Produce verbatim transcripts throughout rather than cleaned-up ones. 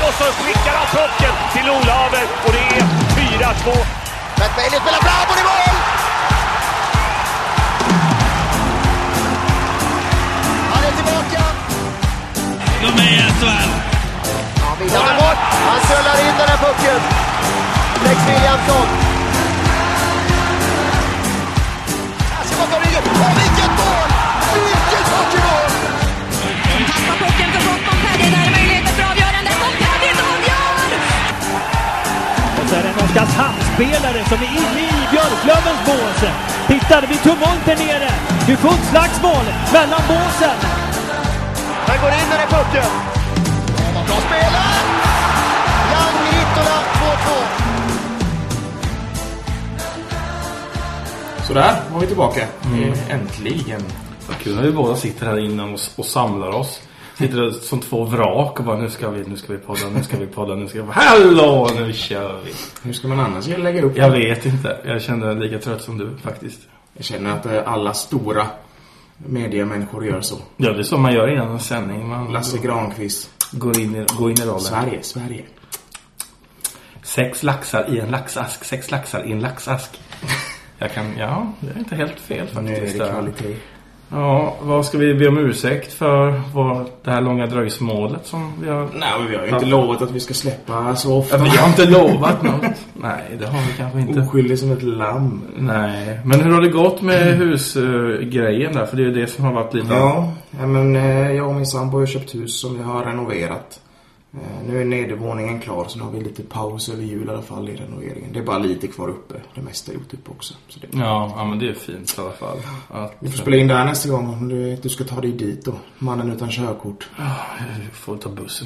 och så skickar han pucken till Olaver och det är fyra två. Matt Bailey spelar fram och det är mål! Han är tillbaka. De är i S H L. Ja, vidare bort. Han söllar in den här pucken. Lex Williamson. Här ska man ta ryggen. Och vilket mål! Vilket hockeymål! Tappar pucken för gott. Montpellier där är möjligheten för avgörande. Montpellier avgör! Och så är det en Oskarshamnsspelare som är inne i Björklövens bås. Tittar vi tumult där nere. Det är fullt slagsmål mellan båsen. Han går in med den pucken. Bra spelare! Jan Hittola två två. Sådär, var vi tillbaka. Mm. Äntligen. Vad kul när vi båda sitter här inne och, och samlar oss. Sitter som två vrak och bara nu ska vi, nu ska vi podda, nu ska vi podda, nu ska vi... Hallå, nu kör vi. Hur ska man annars lägga upp? Jag vet inte. Jag känner lika trött som du faktiskt. Jag känner att alla stora mediamänniskor gör så. Ja, det är så man gör innan en sändning. Man Lasse Granqvist går in i, går in i rollen. Sverige, Sverige. Sex laxar i en laxask, sex laxar i en laxask. Jag kan, ja, det är inte helt fel faktiskt. Nu är det kvalitet. Ja, vad ska vi be om ursäkt för vad det här långa dröjsmålet som vi har... Nej, men vi har ju inte lovat att vi ska släppa så ofta. Ja, vi har inte lovat något. Nej, det har vi kanske inte. Oskyldig som ett lamm. Nej, men hur har det gått med husgrejen där? För det är ju det som har varit lite... Ja, ja men eh, jag och min sambo har köpt hus som vi har renoverat. Eh, nu är nedervåningen klar så nu har vi lite paus över jul i alla fall i renoveringen. Det är bara lite kvar uppe. Det mesta är gjort upp också. Så det... ja, ja, men det är fint i alla fall. Att... Vi får spela in där nästa gång om du, du ska ta dig dit då. Mannen utan körkort. Ja, jag får ta bussen.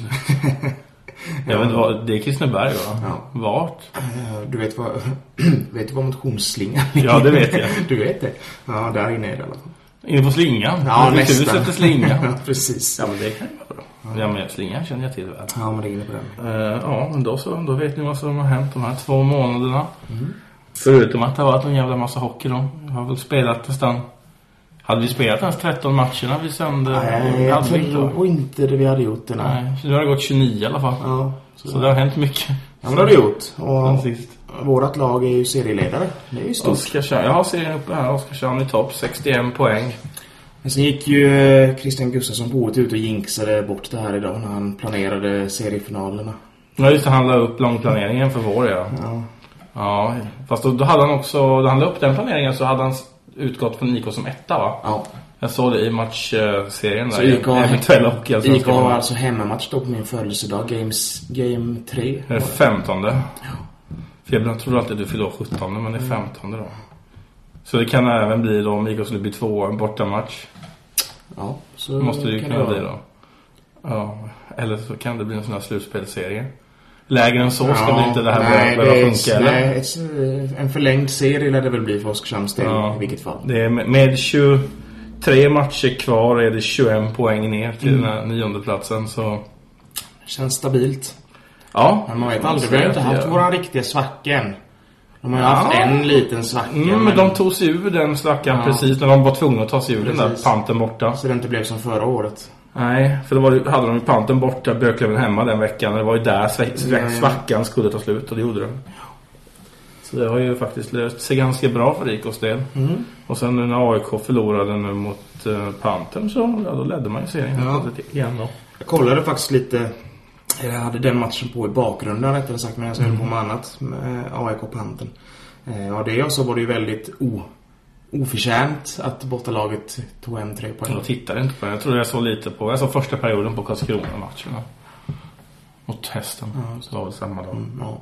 Jag vet vad, det är Kristineberg va? Ja. Vart? Du vet vad vet du vad motionsslingan är? Ja, det vet jag. Du vet det? Ja, där inne är det i alla fall. Inne på slingan? Ja, du nästan. Du sätter slingan. Ja, precis. Ja, men det kan ju vara bra. Ja, men slingan känner jag till väl. Ja, men det är inne på den. Uh, ja, men då så. Då vet ni vad som har hänt de här två månaderna. Mm. Förutom att det har varit en jävla massa hockey då. Jag har väl spelat nästan... Hade vi spelat ens tretton matcherna vi sände? Nej, jag tror inte det vi hade gjort det. Nej, nu har det gått tjugonio i alla fall. Ja, så, så det har hänt mycket. Ja, men det har det gjort. Och sist. Vårat lag är ju serieledare. Det är ju stort. Oskarshamn. Jag har serien uppe här. Oskarshamn i topp. sextioen poäng. Men sen gick ju Christian Gustafsson på ut och jinxade bort det här idag när han planerade seriefinalerna. Ja, just det. Han la upp långplaneringen för vår, ja. Ja. Ja, fast då, då hade han också... Då han la upp den planeringen så hade han utgått från I K som etta, va? Ja. Jag såg det i matchserien där. Så I K eventuella hockey. I K har alltså hemmamatch då på min födelsedag. Games, game tre. Det är femtonde. Ja. För jag trodde alltid att du fyllde sjuttonde, men det är femtonde då. Så det kan även bli då om I K skulle bli två en bortamatch. Ja, så måste det ju kunna det bli då. Ja, eller så kan det bli en sån här slutspelserie. Lägre än så ska ja, det inte det här nej, börja det funka, eller? Nej, ett, en förlängd serie lär det väl bli för Oskarshamns del, ja, i vilket fall. Det är med, med tjugotre matcher kvar är det tjugoen poäng ner till mm. den här nionde platsen, så... Känns stabilt. Ja. Men man vet aldrig, vi har inte haft våra riktiga svacken. De har ju ja. haft en liten svacka. Mm, men, men de tog sig ur den svackan ja. precis när de var tvungna att ta sig ur precis. Den där panten borta. Så det inte blev som förra året. Nej, för då var, hade de ju panten borta, Björklöven hemma den veckan. Det var ju där sv- svackan skulle ta slut och det gjorde den. Så det har ju faktiskt löst sig ganska bra för I K:s del. Mm. Och sen nu när A I K förlorade nu mot uh, panten så ja, då ledde man ju serien ja. igen då. Jag kollade faktiskt lite, jag hade den matchen på i bakgrunden rättare sagt, men jag skulle mm. på med annat med A I K-panten. Eh, och det och så var det ju väldigt o, oförtjänt att bortalaget tog hem tre poäng. Jag tittade inte på det. Jag tror jag såg lite på, jag såg första perioden på Karlskrona-matcherna mot Hästen. Ja, så var det samma dag. Mm, ja.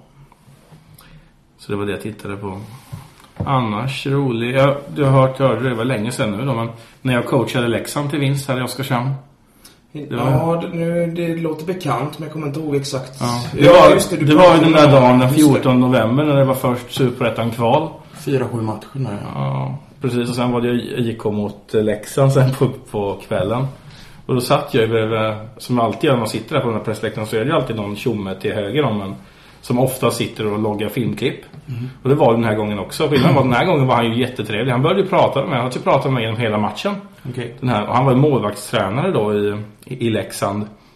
Så det var det jag tittade på. Annars roligt. Jag, du har hört, hörde det var länge sedan nu då, men när jag coachade Leksand till vinst här i Oskarshamn. Det var... Ja, det, nu, det låter bekant, men jag kommer inte ihåg exakt. Ja. Det var, ja, det, det var ju den där dagen den fjortonde november när det var först Superettan kval. Fyra, sju matcher. Ja. Ja, precis. Och sen var det I K mot Leksand sen på, på kvällen. Och då satt jag ju, som alltid när man sitter där på den här pressläktaren så är det ju alltid någon tjomme till höger om en. Som ofta sitter och loggar filmklipp. Mm. Och det var den här gången också. Skillnaden var den här gången var han ju jättetrevlig. Han började ju prata med mig. Han hade ju pratat med mig genom hela matchen. Okay. Den här, och han var ju målvaktstränare då i, i, i Leksand.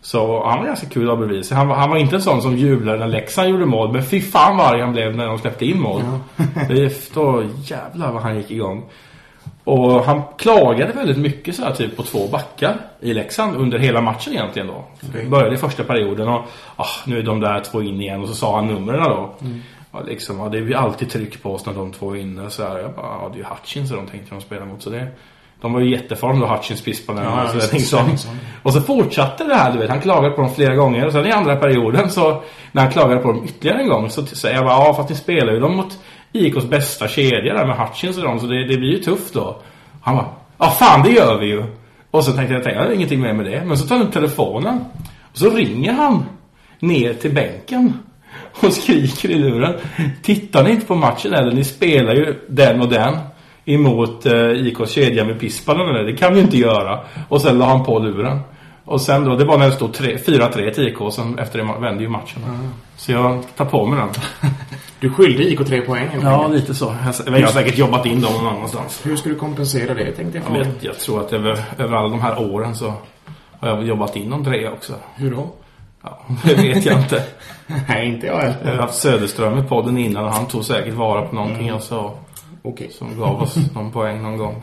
Så han var ganska kul att bevisa. Han var, han var inte en sån som jublade när Leksand gjorde mål. Men fy fan vad han blev när de släppte in mål. Ja. Det då jävlar vad han gick igång. Och han klagade väldigt mycket så här, typ på två backar i Leksand under hela matchen egentligen då. Okay. Började i första perioden och ah, nu är de där två in igen. Och så sa han numren då. Mm. Ja, liksom, ja, det är ju alltid tryck på oss när de två är inne. Så här, jag bara, ja, det är ju Hutchins och de tänkte de spela mot. Så det, de var ju jätteform då, Hutchins pispan. Ja, och, så liksom. Och så fortsatte det här, du vet. Han klagade på dem flera gånger. Och sen i andra perioden så, när han klagade på dem ytterligare en gång, så säger jag bara, ja fast ni spelar ju dem mot I K:s bästa kedja där med Hutchins och dem. Så det, det blir ju tufft då. Han bara, ja fan det gör vi ju. Och så tänkte jag, jag har ingenting mer med det. Men så tar han telefonen. Och så ringer han ner till bänken. Och skriker i luren. Tittar ni inte på matchen eller? Ni spelar ju den och den emot eh, I K:s kedja med pispan eller? Det kan vi inte göra. Och sen la han på luren. Och sen då, det var när det stod fyra tre till I K. Sen efter det vände ju matchen. Mm. Så jag tar på mig den. Du skyllde I K tre poäng. Ja, lite så. Jag, jag har säkert jobbat in dem någon annanstans. Hur ska du kompensera det, tänkte jag? Jag, vet, jag tror att över, över alla de här åren så har jag jobbat in de tre också. Hur då? Ja, det vet jag inte. Nej, inte jag heller. Jag har haft Söderström i podden innan och han tog säkert vara på någonting mm. alltså, okay. som gav oss någon poäng någon gång.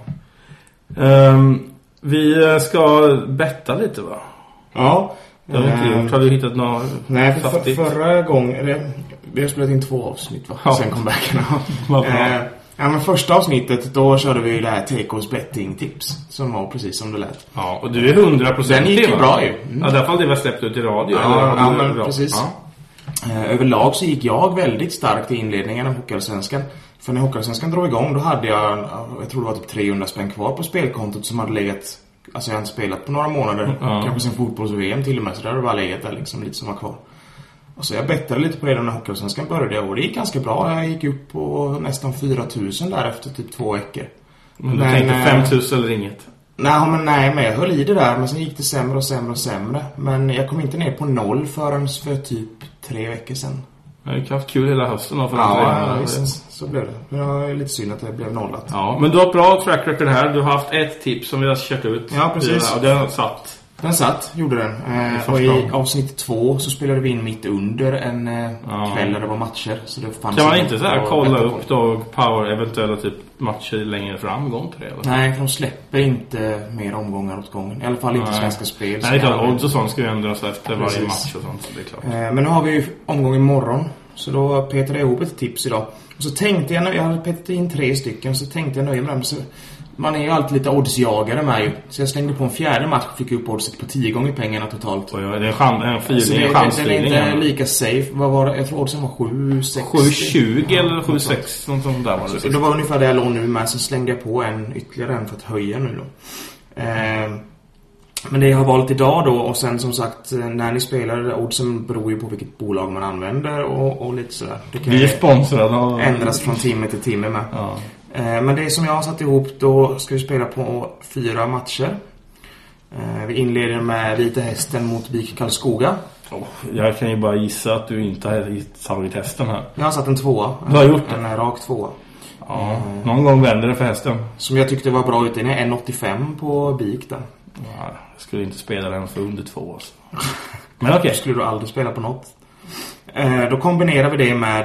Um, vi ska betta lite, va? Ja. Det har vi inte gjort. Har du hittat något? Nej, för, för, förra gången vi har spelat in två avsnitt, va? Ja. Sen kom backarna. eh, ja, men första avsnittet då körde vi det här T K:s betting-tips som var precis som det lät. Ja, och du är hundra procent. Den gick ju bra ju. Mm. Ja, därför hade det väl släppt ut i radio. Ja, ja men bra. Precis. Ja. Eh, överlag så gick jag väldigt starkt i inledningen av Hockeyallsvenskan. För när Hockeyallsvenskan drog igång då hade jag, jag tror det var typ trehundra spänn kvar på spelkontot som hade legat. Alltså jag har inte spelat på några månader. Ja. Kanske sen fotbolls-V M till och med. Så där har det bara legat där liksom lite som var kvar. Och så jag bettade lite på det när Hockeyallsvenskan började. Och det gick ganska bra. Jag gick upp på nästan fyra tusen där efter typ två veckor. Men du men, tänkte fem tusen eller inget? Nej men, nej, men jag höll i det där. Men sen gick det sämre och sämre och sämre. Men jag kom inte ner på noll förrän för typ tre veckor sedan. Jag har ju haft kul hela hösten då för ja, ja visst. Så blev det. Men det var lite synd att det blev nollat. Ja, men du har bra track record här. Du har haft ett tips som vi har kört ut. Ja, precis. Och den har satt. Den satt, gjorde den. Eh, och i avsnitt två så spelade vi in mitt under en eh, ja. kväll där det var matcher. Så det fanns kan man inte så här kolla upp då power eventuella typ matcher längre fram gång på det? Eller? Nej, för de släpper inte mer omgångar åt gången. I alla fall inte Nej. Svenska Spel. Nej, det är odds och sånt ska ju ändras efter precis. Varje match och sånt. Så det är klart. Eh, men nu har vi ju omgång imorgon. Så då petade jag ihop ett tips idag. Och så tänkte jag, jag hade petat in tre stycken. Så tänkte jag nöja med dem. Så man är ju alltid lite oddsjagare med ju. Så jag slängde på en fjärde match och fick upp oddset på tio gånger pengarna totalt. Oj, det är en chans, en fyrning, en chansfyrning. Det är inte lika safe. Vad var det? Jag tror oddsen var sju sextio. sju tjugo eller sju sextio. Något sånt där var det. Så det var ungefär det jag låg nu med. Så slängde jag på en ytterligare en för att höja nu då. Eh, men det jag har valt idag då. Och sen som sagt, när ni spelar, oddsen beror ju på vilket bolag man använder. Och, och lite sådär. Det kan vi är sponsrade av... ändras från timme till timme med. Ja. Men det som jag har satt ihop, då ska vi spela på fyra matcher. Vi inleder med Vita Hästen mot B I K Karlskoga. Oh, jag kan ju bara gissa att du inte har tagit hästen här. Jag har satt en tvåa. Du har gjort en, en rak tvåa. Ja, mm. Någon gång vänder det för hästen. Som jag tyckte var bra ute. Det är en åttiofem på B I K där. Ja, jag skulle inte spela den för under två. Alltså. Men okej. Okay. Skulle du aldrig spela på något. Då kombinerar vi det med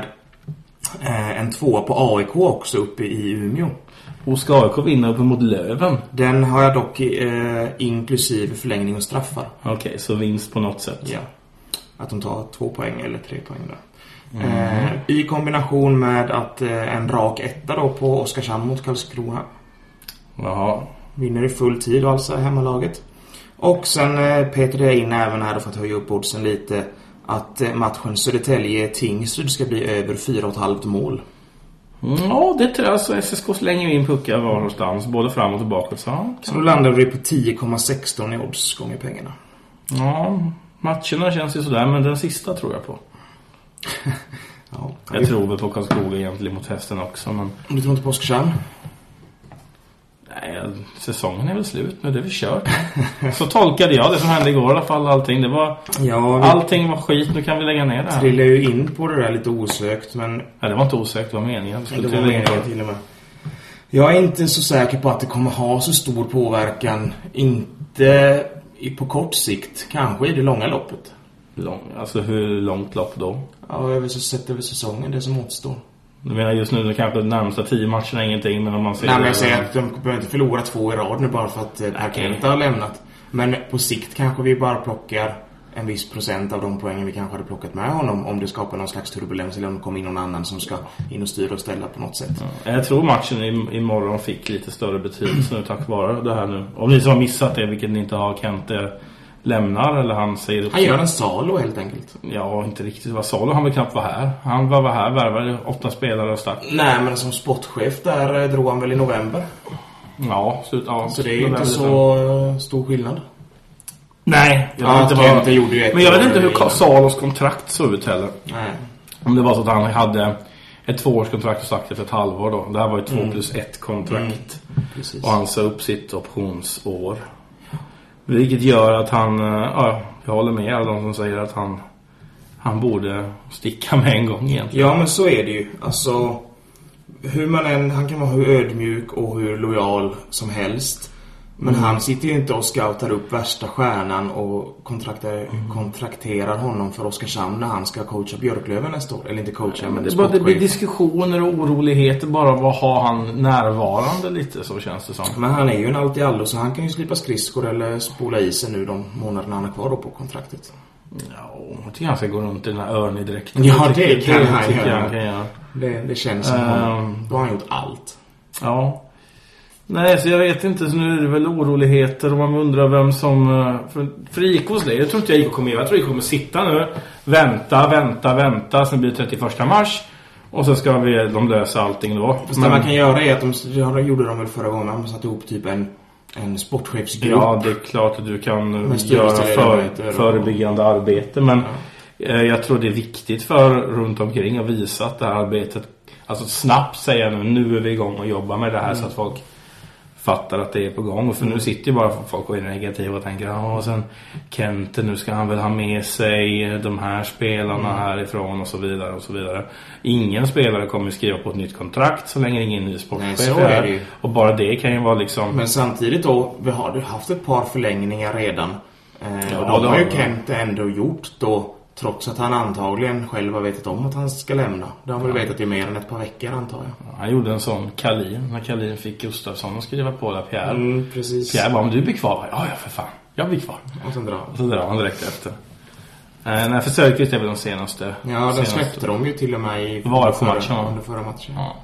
en tvåa på A I K också uppe i Umeå. Och ska A I K vinna uppe mot Löven? Den har jag dock eh, inklusive förlängning och straffar. Okej, okay, så vinst på något sätt. Ja. Att de tar två poäng eller tre poäng där. Mm. Eh, I kombination med att eh, en rak etta då på Oskarshamn mot Karlskrona. Jaha. Vinner i full tid alltså hemmalaget. Och sen eh, petade jag in även här för att höja upp oddsen lite. Att matchen Södertälje-Tingsryd ska bli över fyra och ett halvt mål. Mm, ja, det tror jag. Så S S K slänger in puckar var någonstans. Både fram och tillbaka. Så, så då landar vi på tio komma sexton i odds gånger pengarna. Ja, matcherna känns ju sådär. Men den sista tror jag på. ja, jag vi... tror väl på Karlskoga egentligen mot hästen också. Men... Du tror inte på Oskarshamn? Nej, säsongen är väl slut nu, det är väl kört. Så tolkade jag det som hände igår i alla fall, allting. Det var, ja, vi... Allting var skit, nu kan vi lägga ner det här. Trillade ju in på det där lite osökt, men... Nej, det var inte osökt, det var meningen. Det, det var meningen till och med. Jag är inte så säker på att det kommer ha så stor påverkan. Inte i, på kort sikt, kanske i det långa loppet. Lång, alltså hur långt lopp då? Ja, över så sett över säsongen, det som återstår. Du menar just nu, det kanske de närmsta tio matcherna ingenting, men om man ser... Nej, men jag säger att de behöver inte förlora två i rad nu bara för att Argenta har lämnat. Men på sikt kanske vi bara plockar en viss procent av de poängen vi kanske hade plockat med honom, om det skapar någon slags turbulens eller om det kommer in någon annan som ska in och styra och ställa på något sätt. Ja, jag tror matchen i, imorgon fick lite större betydelse nu tack vare det här nu. Om ni som har missat det, vilket ni inte har, Kente lämnar eller han säger upp. Han gör en Salo helt enkelt. Ja, inte riktigt vad Salo, han vill knappt vara här. Han var, var här, värvade åtta spelare och stack. Nej, men som sportchef där drog han väl i november. Ja, slut, ja så det är inte så stor skillnad. Nej, jag ja, vet inte vad, gjorde ju ett men jag vet inte hur Salos kontrakt såg ut heller. Nej. Om det var så att han hade ett tvåårskontrakt och sagt efter ett halvår då. Det här var ju två mm. plus ett kontrakt. Mm. Och han sa upp sitt optionsår. Vilket gör att han, ja, jag håller med alla de som säger att han han borde sticka med en gång egentligen. Ja, men så är det ju. Alltså, hur man än, han kan vara hur ödmjuk och hur lojal som helst. Men mm. han sitter ju inte och scoutar upp värsta stjärnan och kontrakter, mm. kontrakterar honom för Oskarshamn när han ska coacha Björklöven nästa år. Eller inte coacha, ja, men det, bara, det blir diskussioner och oroligheter bara vad har han närvarande lite, så känns det som. Men han är ju en allt i allo, så han kan ju slipa skridskor eller spola isen nu de månaderna han är kvar då på kontraktet. Ja, jag tycker han ska gå runt i den här örnidräkten. Ja, det, det kan han göra. Han kan göra. Det, det känns som um, han, då har han gjort allt. Ja. Nej, så jag vet inte, så nu är det väl oroligheter och man undrar vem som... För, för I K:s det, jag tror inte jag I K kommer med. Jag tror I K kommer sitta nu, vänta, vänta, vänta. Sen blir det trettioförsta mars. Och så ska vi, de lösa allting då. Fast men, det man kan göra är att de, de gjorde de väl förra gången. De satte ihop typ en, en sportchefsgrupp. Ja, det är klart att du kan göra för, förebyggande och... arbete. Men ja. eh, jag tror det är viktigt för runt omkring att visa att det här arbetet... Alltså snabbt säga nu, nu är vi igång och jobbar med det här mm. så att folk... fattar att det är på gång. För nu sitter ju bara folk och är negativa och tänker ja, och sen Kente, nu ska han väl ha med sig de här spelarna mm. härifrån och så vidare och så vidare. Ingen spelare kommer skriva på ett nytt kontrakt så länge ingen ny sportchef är, är och bara det kan ju vara liksom... Men samtidigt då, vi har haft ett par förlängningar redan eh, ja, och de har ju Kente ändå gjort då, trots att han antagligen själv har vetat om att han ska lämna. Det har väl ja. vetat i mer än ett par veckor, antar jag. Ja, han gjorde en sån Kalin. När Kalin fick Gustafsson att skriva på där Pierre. Mm, precis. Pierre bara, om du blir kvar. Ja, ja, för fan. Jag blir kvar. Och sen drar. Och så drar han direkt efter. Eh, nej, för Söderqvist är väl de senaste. Ja, den senaste. Släppte de ju till och med i var på matchen, under förra matchen. Ja.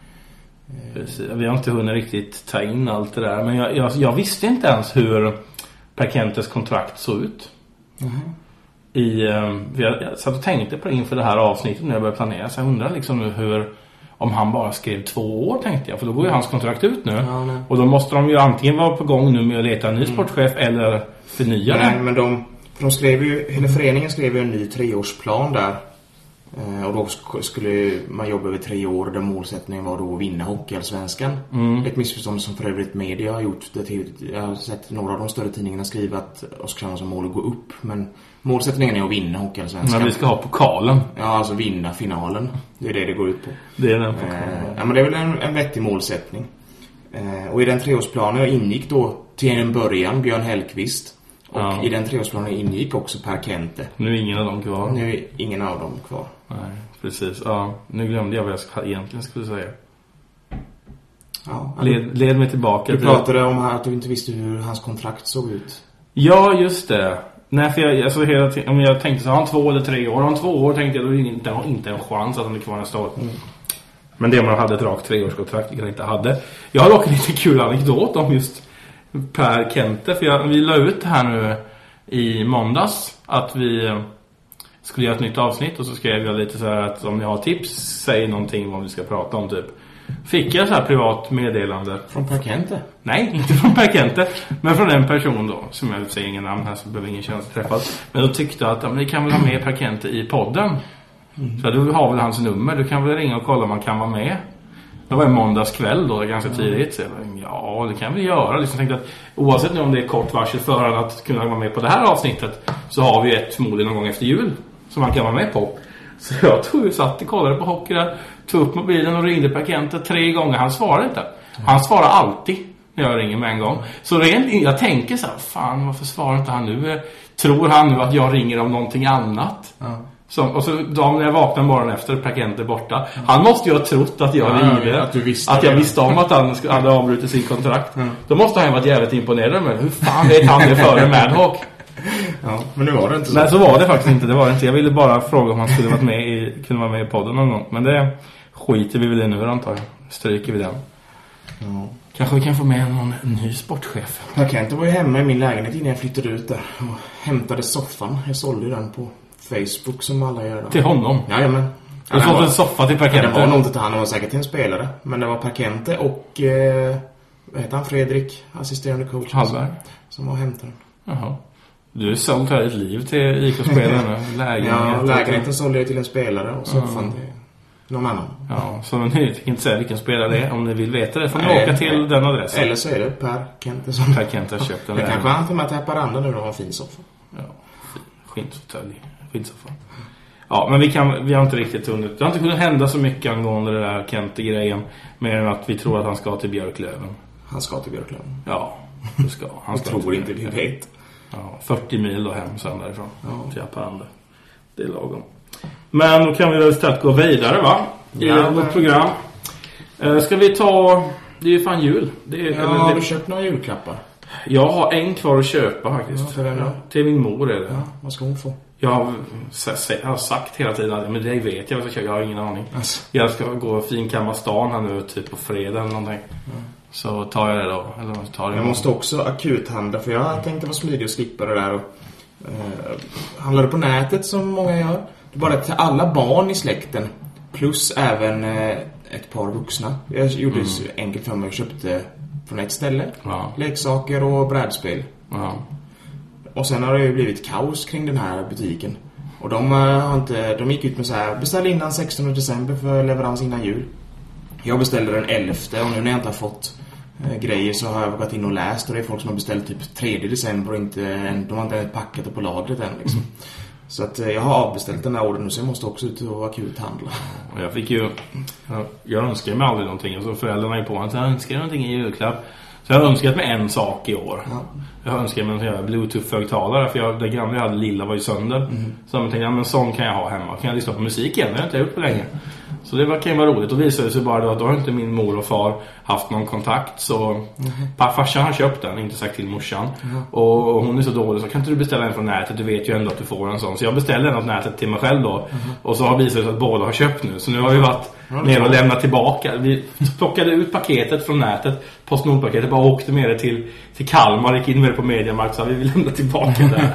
Precis. Vi har inte hunnit riktigt ta in allt det där. Men jag, jag, jag visste inte ens hur Per Kentes kontrakt såg ut. Mhm. I, jag, jag satt och tänkte på det inför det här avsnittet när jag började planera. Så jag undrar liksom nu hur, om han bara skrev två år, tänkte jag. För då går ju hans kontrakt ut nu. Ja, och då måste de ju antingen vara på gång nu med att leta en ny mm. sportchef eller förnya. Nej, men de, de skrev ju, hela föreningen skrev ju en ny treårsplan där. Och då skulle man jobba över tre år där målsättningen var då att vinna Hockeyallsvenskan. Mm. Ett missförstånd som för övrigt media har gjort det till. Jag har sett några av de större tidningarna skriva att Oskarshamn som mål att gå upp. Men målsättningen är att vinna Hockeyallsvenskan. Men vi ska ha pokalen. Ja, alltså vinna finalen. Det är det det går ut på. Det är den pokalen. Eh, ja, men det är väl en, en vettig målsättning. Eh, och i den treårsplanen ingick då till en början Björn Hellqvist. Och ja. i den treårsplanen ingick också Per Kente. Nu är ingen av dem kvar. Nu är ingen av dem kvar. Nej, precis. Ja, nu glömde jag vad jag egentligen skulle säga. Ja, led, led mig tillbaka. Du pratade om att du inte visste hur hans kontrakt såg ut. Ja, just det. Nej, för jag, alltså, hela t- om jag tänkte så har han två eller tre år. Har han två år tänkte jag då är det inte, inte en chans att han är kvar nästa år. Mm. Men det man hade ett rakt treårskontrakt, vilket han inte hade. Jag har dock en lite kul anekdot om just Per Kente. För jag, vi la ut det här nu i måndags att vi skulle göra ett nytt avsnitt. Och så skrev jag lite så här att om ni har tips, säg någonting om vad vi ska prata om typ. Fick jag så här privat meddelande. Från Per Kente? Nej, inte från Per Kente. Men från en person då, som jag säger ingen namn här så behöver ingen känna sig träffad. Men då tyckte jag att ja, men ni kan väl ha med Per Kente i podden. Mm. Så du har väl hans nummer. Du kan väl ringa och kolla om man kan vara med. Det var en måndagskväll då, ganska tidigt. Så jag bara, ja, det kan vi göra. Liksom tänkte att oavsett nu om det är kort varsel för att kunna vara med på det här avsnittet så har vi ett förmodligen någon gång efter jul som man kan vara med på. Så jag tog ju satt och kollade på hockey där, tog upp mobilen och ringde Per Kente tre gånger. Han svarade inte. Han svarade alltid Jag ringer med en gång. Så rent, jag tänker så här, fan varför svarar inte han nu? Tror han nu att jag ringer om någonting annat? Ja. Som, och så dagen när jag vaknar morgonen efter, Prakente borta. Mm. Han måste ju ha trott att jag ja, ringde. Att, du visste att jag visste om att han hade avbrutit sin kontrakt. Mm. Då måste han varit jävligt imponerad med. Hur fan vet han det före Madhawk? Ja, men nu var det inte så. Nej, så var det faktiskt inte. Det var det inte. Jag ville bara fråga om han skulle varit med i, kunde vara med i podden någon gång. Men det skiter vi väl i nu, antar jag. Stryker vi den. Ja. Kanske vi kan få med någon ny sportchef. Prakente var ju hemma i min lägenhet innan jag flyttade ut där. Och hämtade soffan. Jag sålde ju den på Facebook som alla gör då. Till honom? Jajamän. Du sålde en soffa till Prakente? Det var nog inte till han, det var säkert till en spelare. Men det var Prakente och eh, vad heter han? Fredrik, assisterande coach. Hallberg. Som var och hämtade den. Jaha. Du är sålt här ett liv till I K-spelarna. Ja, lägenheten sålde jag till en spelare och soffan mm. till någon annan. Ja, så ni fick inte säga vilken spelare det är. Om ni vill veta det får ni nej, åka till nej. den adressen. Eller så är det Per Kente som... Per Kente har köpt den. Det kanske han till mig till Haparanda nu och har en fin soffa. Ja, skinsfåtölj. Skinsoffa. Ja, men vi, kan, vi har inte riktigt hunnit. Det har inte kunnat hända så mycket angående det där Kente-grejen. Mer än att vi tror att han ska till Björklöven. Han ska till Björklöven? Ja, det ska. Han ska tror inte vi vet. Ja, fyrtio mil då hem sen därifrån. Ja. Till Haparanda. Det är lagom. Men då kan vi väl istället gå vidare, va? I ja, vårt program. Uh, ska vi ta... Det är ju fan jul. Det är, ja, eller, har det... du köpt några julklappar? Jag har en kvar att köpa faktiskt. Ja, ja. Till min mor är det. Ja, vad ska hon få? Jag har, jag har sagt hela tiden, men det vet jag, jag har ingen aning. Alltså. Jag ska gå och finkamma stan här nu typ på fredag eller någonting. Ja. Så tar jag det då. Eller tar det jag måste också akuthandla, för jag tänkte vara smidig och slippa det där. Och, eh, handlar det på nätet som många gör. Det är bara till alla barn i släkten. Plus även eh, ett par vuxna. Jag gjorde mm. det enkelt för mig och köpte från ett ställe. Ja. Leksaker och brädspel. Ja. Och sen har det ju blivit kaos kring den här butiken. Och de, har inte, de gick ut med så här: beställ innan sextonde december för leverans innan jul. Jag beställde den elfte och nu när jag inte har fått eh, grejer så har jag gått in och läst. Och det är folk som har beställt typ tredje december och inte, de har inte packat det på lagret än liksom. Mm. Så att jag har avbeställt den här orden nu, så jag måste också ut och akut handla. Och jag fick ju... Jag, jag önskar mig aldrig någonting. Alltså föräldrarna är på att jag önskar någonting i julklapp. Så jag har önskat mig en sak i år. Ja. Jag har önskat mig en Bluetooth-högtalare. För jag, det gamla jag hade lilla var ju sönder. Mm. Så jag tänkte, ja men sån kan jag ha hemma. Kan jag lyssna på musik igen? Det har jag inte gjort på länge. Så det var, kan ju vara roligt. Och visade sig bara då att då har inte min mor och far haft någon kontakt. Så mm. farsan har köpt den, inte sagt till morsan. Mm. Och, och hon är så dålig, så kan inte du beställa en från nätet? Du vet ju ändå att du får en sån. Så jag beställde den från nätet till mig själv då. Mm. Och så har visat sig att båda har köpt nu. Så nu har vi varit mm. ner och lämnat tillbaka. Vi plockade ut paketet från nätet. Postnordpaketet, bara åkte med det till, till Kalmar. Gick in med det på Mediamarkt, så vi vill lämna tillbaka det.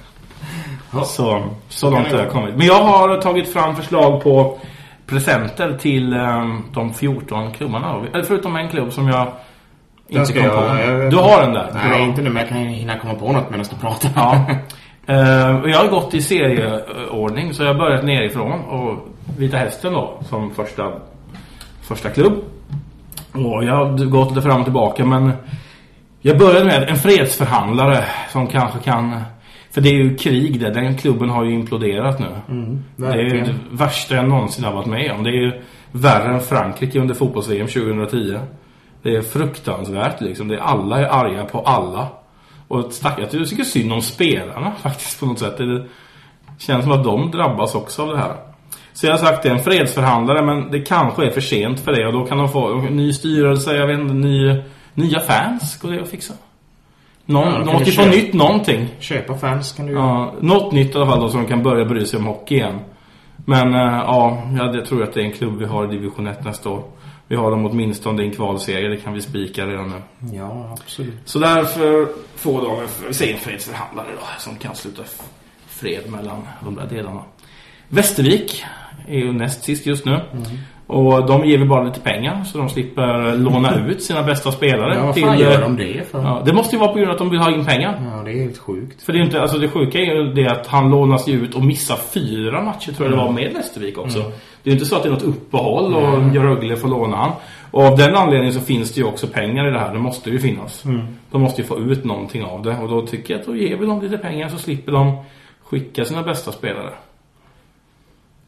Så, så långt har jag kommit. Men jag har tagit fram förslag på presenter till um, de fjorton klubbarna. Eller förutom en klubb som jag inte kom på. Jag, du har den där? Nej, bra. Inte nu, men jag kan hinna komma på något medan du pratar. Ja. uh, och jag har gått i serieordning, så jag har börjat nerifrån. Och Vita Hästen då, som första, första klubb. Och jag har gått lite fram och tillbaka, men jag började med en fredsförhandlare som kanske kan... För det är ju krig där. Den klubben har ju imploderat nu. Mm, det är ju det värsta jag någonsin har varit med om. Det är ju värre än Frankrike under fotbolls-V M tjugohundratio. Det är fruktansvärt liksom. Det är, alla är arga på alla. Och stackars, jag tycker synd om spelarna faktiskt på något sätt. Det känns som att de drabbas också av det här. Så jag har sagt det är en fredsförhandlare, men det kanske är för sent för det. Och då kan de få en ny styrelse, jag vet inte, ny, nya fans. Går det att fixa? Någon, ja, något ifrån nytt någonting. Köpa fans kan du ja, något nytt i alla fall då, så de kan börja bry sig om hockey igen. Men äh, ja, jag tror att det är en klubb vi har i division ett nästa år. Vi har dem åtminstone i en kvalserie, det kan vi spika redan nu. Ja, absolut. Så därför får de en, en fredsförhandlare då, som kan sluta fred mellan de där delarna. Västervik är ju näst sist just nu. Mm. Och de ger vi bara lite pengar så de slipper låna ut sina bästa spelare. Ja, vad fan till, gör de det för? Ja, det måste ju vara på grund av att de vill ha in pengar. Ja, det är helt sjukt. För det är inte, alltså det sjuka är ju det att han lånas ut och missar fyra matcher, tror jag mm. det var, med Västervik också. Mm. Det är ju inte så att det är något uppehåll och mm. gör Rögle får låna han. Och av den anledningen så finns det ju också pengar i det här. Det måste ju finnas. Mm. De måste ju få ut någonting av det. Och då tycker jag att då ger vi dem lite pengar så slipper de skicka sina bästa spelare.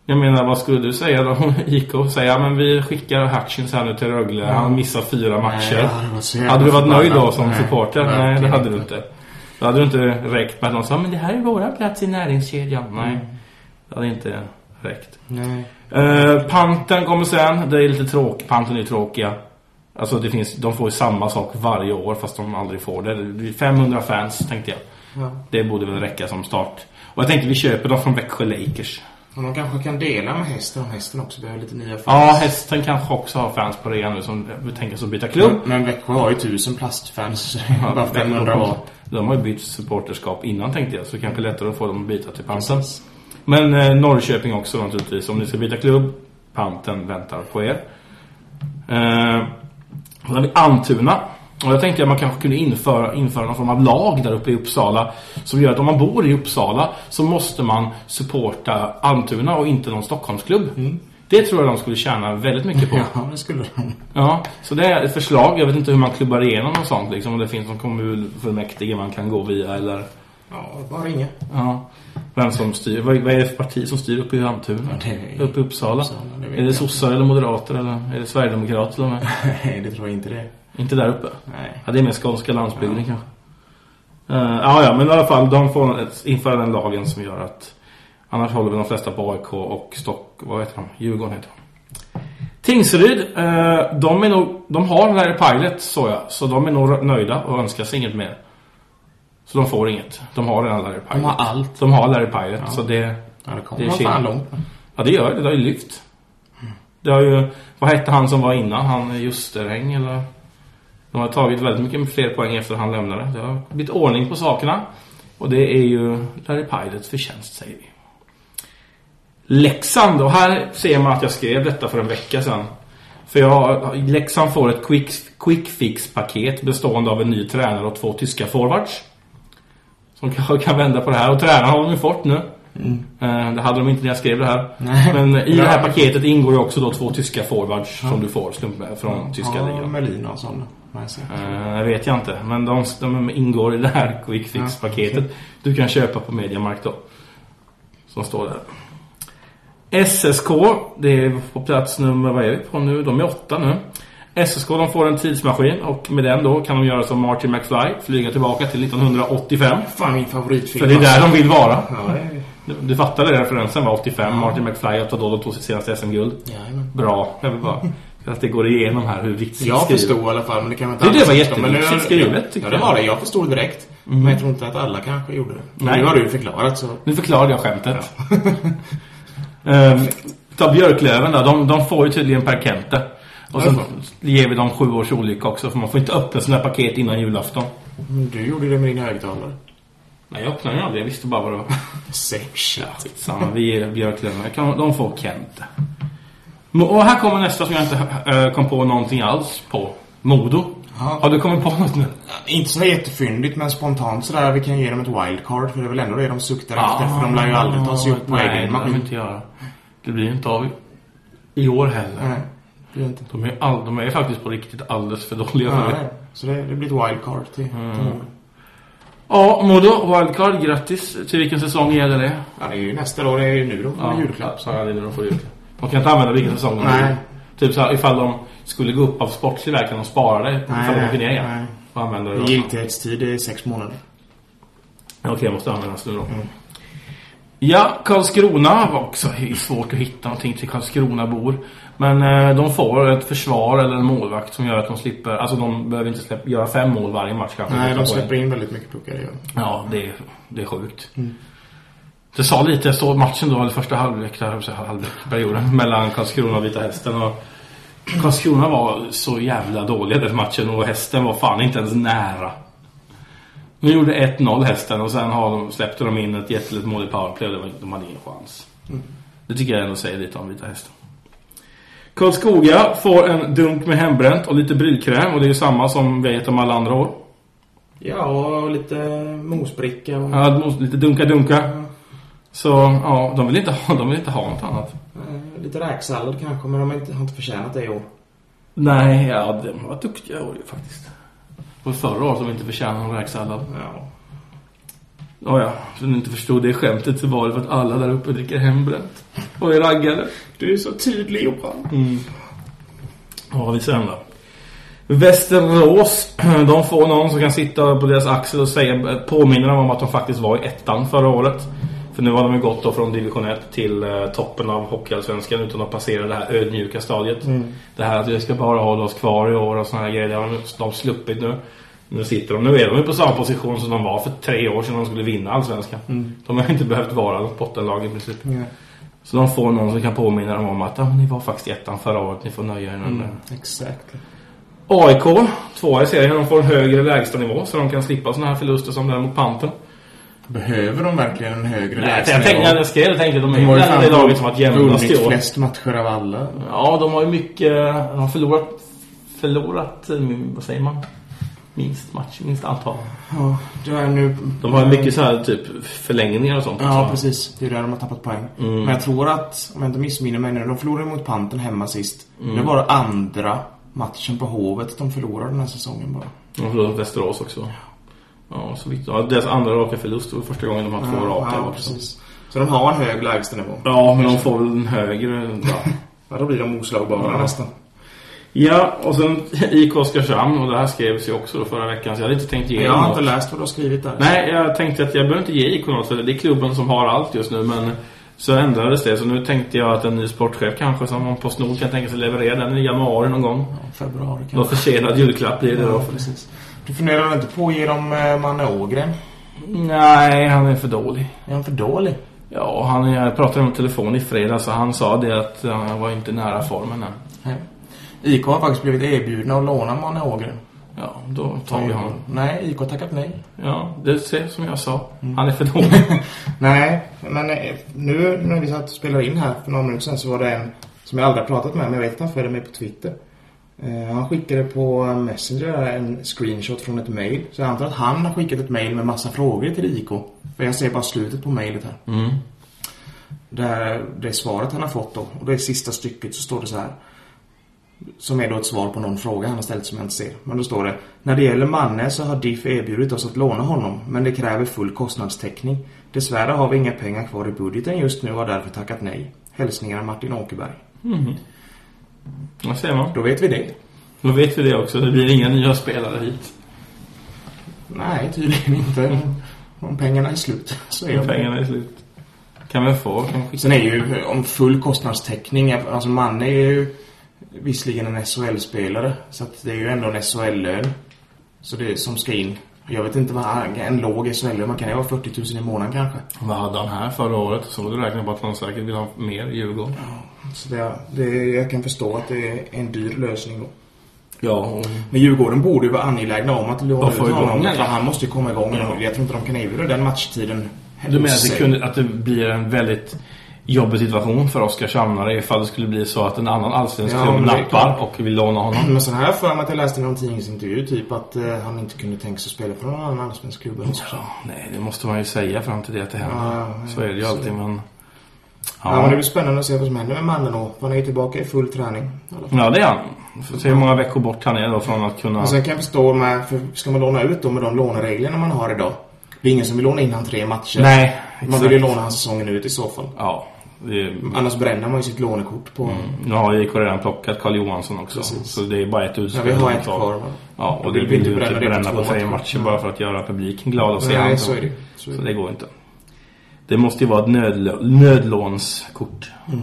Jag menar, vad skulle du säga då? Hon gick och säga, men vi skickar Hutchins här nu till Rögle. Ja. Han missar fyra matcher. Nej, hade du varit nöjd då som nej, supporter? Nej, nej, det hade du inte. Då hade du inte räckt med att någon sa, men det här är våra plats i näringskedjan. Mm. Nej, det hade inte räckt. Nej. Uh, Panten kommer sen. Det är lite tråkigt. Panten är tråkiga. Alltså det finns, de får ju samma sak varje år fast de aldrig får det. Det är femhundra fans, tänkte jag. Ja. Det borde väl räcka som start. Och jag tänkte vi köper dem från Växjö Lakers. Och de kanske kan dela med hästen om hästen också behöver lite nya fans. Ja, hästen kanske också har fans på det nu som tänker så byta klubb. Men, men Växjö har ju tusen plastfans. Ja, bara femhundra var. De har ju bytt supporterskap innan, tänkte jag. Så kanske lättare att få dem att byta till Panten. Men eh, Norrköping också naturligtvis. Om ni ska byta klubb, Panten väntar på er. Eh, och då har vi Antuna. Och jag tänkte att man kanske kunde införa, införa någon form av lag där uppe i Uppsala som gör att om man bor i Uppsala så måste man supporta Antuna och inte någon Stockholmsklubb. Mm. Det tror jag de skulle tjäna väldigt mycket på. Ja, det skulle de. Ja, så det är ett förslag. Jag vet inte hur man klubbar igenom och sånt. Liksom, om det finns någon kommunfullmäktige man kan gå via eller... Ja, bara ringa. Ja. Vem som styr? Vad, vad är det för parti som styr uppe i Antuna? Ja, det är... Uppe i Uppsala? Uppsala det är det sossar eller moderater eller är det sverigedemokrater? Eller? Nej, det tror jag inte det. Inte där uppe? Nej. Ja, det är mer skånska landsbygden ja. Kanske. Uh, ja, ja, men i alla fall de får ett, införa den lagen som gör att annars håller vi de flesta på A I K och Stock, vad heter de? Djurgården heter de. Tingsryd, uh, de är nog, de har Larry Pilot så jag, så de är nog nöjda och önskar sig inget mer. Så de får inget. De har redan Larry Pilot. De har allt. De har Larry Pilot, ja. Så det, ja, det kommer det är fan långt. Ja, det gör det. Det har ju lyft. Mm. Det har ju, vad hette han som var innan? Han Justerhäng eller... De har tagit väldigt mycket fler poäng efter han lämnade. Det har blivit ordning på sakerna. Och det är ju Larry Pilots förtjänst, säger vi. Leksand, och här ser man att jag skrev detta för en vecka sedan. För jag, Leksand får ett quick, quick fix-paket bestående av en ny tränare och två tyska forwards. Som kanske kan vända på det här. Och tränaren har de ju fått nu. Mm. Det hade de inte när jag skrev det här. Nej. Men i det här paketet ingår ju också då två tyska forwards ja. Som du får slump från ja, tyska ja, ligan. Melina och sådana. Uh, jag vet jag inte. Men de, de ingår i det här quick fix-paketet. Ja, okay. Du kan köpa på Mediamarkt då. Som står där. S S K, det är på plats nummer, vad är vi på nu? De är åtta nu. S S K, de får en tidsmaskin och med den då kan de göra som Martin McFly, flyga tillbaka till nittonhundraåttiofem. Fan, min favoritfilm. För det är där de vill vara. Ja, det är... du, du fattade det, referensen var åttiofem. Ja. Martin McFly att då tog sitt senaste S M-guld. Jajamän. Bra, jag vill bara att det går igenom här hur viktigt jag förstod i alla fall, men det kan man inte. Det, det var jätteviktigt skrivet, ja, det var det, jag förstod direkt. Mm. Men jag tror inte att alla kanske gjorde det. Nej. Nu har du förklarat så. Nu förklarade jag skämtet. Ja. um, ta Björklöven då, de, de får ju tydligen per Kente. Och så ger vi dem sju års olycka också, för man får inte öppna sådana här paket innan julafton. Du gjorde det med din högtalare. Nej, jag öppnade aldrig, jag visste bara vad det var. Same shit. Ja, samma, vi ger Björklöven, de får Kente. Och här kommer nästa som jag inte äh, kom på någonting alls på. Modo. Ja. Har du kommit på något nu? Inte så jättefyndigt, men spontant sådär, vi kan ge dem ett wildcard, för det är väl ändå det de suktar ah, efter, för de lär ju aldrig ta sig upp på egen maskin. Nej, inte göra. Det blir inte av i år heller. Nej, det är inte. De är, all, de är faktiskt på riktigt alldeles för dåliga för ja, det. Så det, det blir ett wildcard till, mm. till Modo. Ja, Modo, wildcard, grattis. Till vilken säsong gäller det? Ja, det är ju nästa år, det är ju nu de får ja, julklapp. Ja, det är nu de får julklapp. Man kan inte använda vilken säsong. Nej. Typ så här, ifall de skulle gå upp av sportslig verkan och spara det. Nej, ifall de åker ner igen. Nej. Och använda det. Giltighetstid är sex månader. Okej, okay, jag måste användas nu då. Mm. Ja, Karlskrona var också svårt att hitta någonting till Karlskrona-bor. Men eh, de får ett försvar eller en målvakt som gör att de slipper... Alltså de behöver inte släppa, göra fem mål varje match. Kanske. Nej, de släpper in väldigt mycket puckar. Ja, ja det, är, det är sjukt. Mm. Det sa lite, så matchen då, eller första halvlek, halvlekperioden mellan Karlskrona och Vita Hästen. Och Karlskrona var så jävla dåliga den matchen och Hästen var fan inte ens nära. Nu gjorde ett noll Hästen och sen har de, släppte de in ett jätteligt mål i powerplay och de hade ingen chans. Mm. Det tycker jag ändå säger lite om Vita Hästen. Karlskoga får en dunk med hembränt och lite brylkräm och det är ju samma som vi vet om alla andra år. Ja, och lite mosbricka. Och... Ja, mos, lite dunka-dunka. Mm. Så ja, de vill inte ha, de vill inte ha något annat. Eh, lite räksallad kanske, men de har inte, har inte förtjänat det i år. Nej, ja, de var duktiga år ju faktiskt. Och förra året som inte förtjänade någon räksallad. Ja. Ja, ja. Så ni inte förstod det skämtet så var det för att alla där uppe dricker hembränt. Och är raggade. Du är så tydlig, Johan. Mm. Ja, vi ser då. Västerås, de får någon som kan sitta på deras axel och säga, påminner dem om att de faktiskt var i ettan förra året. För nu har de ju gått då från division ett till eh, toppen av hockeyallsvenskan utan att passera det här ödmjuka stadiet. Mm. Det här att vi ska bara hålla oss kvar i år och såna här grejer, det har de, de sluppit nu. Nu sitter de, nu är de ju på samma position som de var för tre år sedan de skulle vinna allsvenskan. Mm. De har inte behövt vara något bottenlag i princip. Mm. Så de får någon som kan påminna dem om att ah, ni var faktiskt i ettan förra året, ni får nöja er. Mm. Exakt. A I K, två i serien, de får en högre lägsta nivå så de kan slippa såna här förluster som där mot Panten. Behöver de verkligen en högre Nej, lägsta nivå? Jag, jag skrev, jag tänkte att de, de är ju det laget som har jämnast i år. Vunnit flest matcher av alla. Ja, de har ju mycket, de har förlorat, förlorat, vad säger man? Minst match, minst antal. Ja, det är nu... De har mycket så här typ förlängningar och sånt. Ja, så. Precis. Det är där de har tappat poäng. Mm. Men jag tror att, om jag inte missminner mig nu, de förlorade mot Panten hemma sist. Mm. Det var det andra matchen på Hovet de förlorade den här säsongen bara. De förlorade Västerås också. Ja, så viktigt. Ja, deras andra raka förlust var första gången de har två ja, raka. Ja, precis. Så de har en hög lägstanivå. Ja, men de får väl en högre... Ja, ja då blir de oslagbara ja. nästan. Ja, och sen I K Oskarshamn, och det här skrevs ju också då förra veckan, så jag hade inte tänkt ge Jag har något. inte läst vad du har skrivit där. Nej, jag tänkte att jag behöver inte ge I K något, för det är klubben som har allt just nu, men så ändrades det. Så nu tänkte jag att en ny sportchef kanske som man på snor kan tänka sig leverera den i januari någon gång. Ja, februari kanske. Någon försenad julklapp blir det ja, då. Precis. Du funderar inte på att ge dem eh, Manne Ågren? Nej, han är för dålig. Är han för dålig? Ja, han, jag pratade om telefon i fredag så han sa det att han var inte nära formen än. Nej. I K har faktiskt blivit erbjudna att låna Manne Ågren. Ja, då tar vi honom. Nej, I K har tackat nej. Ja, det ser som jag sa. Mm. Han är för dålig. Nej, men nu när vi satt och spelade in här för några minuter sedan så var det en som jag aldrig har pratat med, men jag vet att han följde mig på Twitter. Uh, han skickade på Messenger en screenshot från ett mail. Så jag antar att han har skickat ett mail med massa frågor till I K. För jag ser bara slutet på mailet här. Mm. Där det är svaret han har fått då. Och det är sista stycket så står det så här. Som är då ett svar på någon fråga han har ställt som jag inte ser. Men då står det: när det gäller Manne så har D I F erbjudit oss att låna honom, men det kräver full kostnadstäckning. Dessvärre har vi inga pengar kvar i budgeten just nu och har därför tackat nej. Hälsningar Martin Åkerberg. Mm. Vad säger man? Då vet vi det. Då vet vi det också. Det blir inga nya spelare hit. Nej, tydligen inte. Om pengarna är slut så är om pengarna är slut. Kan vi få? Kan vi... Sen är ju om full kostnadstäckning. Alltså Manne är ju visserligen en S H L-spelare, så att det är ju ändå en S H L-lön så det är som ska in. Jag vet inte vad en låg S H L-lön, man kan ju ha fyrtio tusen i månaden kanske. Vad hade han här förra året? Så du räknar på att han säkert vill ha mer i Djurgården. Ja, så det, det, jag kan förstå att det är en dyr lösning då. Ja. Och... Men Djurgården borde ju vara angelägna om att låna ut honom. Igång, han måste ju komma igång. Ja. Jag tror inte de kan erbjuda den matchtiden. Du menar att det, kunde, att det blir en väldigt jobbig situation för Oskarshamnare ifall det skulle bli så att en annan allsvensk klubb ja, nappar och vill låna honom? Men så här för mig att jag läste någon tidningsintervju typ att uh, han inte kunde tänka sig att spela för någon annan allsvensk klubb. Ja, nej, det måste man ju säga fram till det att det händer. Ja, ja, så är det ju alltid, men... Ja. ja, men det blir spännande att se vad som händer med mannen då. Han är ju tillbaka i full träning. Ja, det är han. Får se hur många veckor bort han är då från att kunna... Och sen kan jag förstå med, för ska man låna ut då med de lånereglerna man har idag? Det är ingen som vill låna in han tre matcher. Nej, exakt. Man vill ju låna han säsongen ut i så fall. Ja. Det... Annars bränner man ju sitt lånekort på... Mm. Nu har I K redan plockat Carl Johansson också. Precis. Så det är bara ett utspel. Ja, vi har ett kvar. Ja, och det vill inte bränna, bränna på tre matcher bara för att göra publiken glad och se Nej, han. så är det. Så, är så det. det går inte. Det måste ju vara ett nödl- nödlånskort. Mm.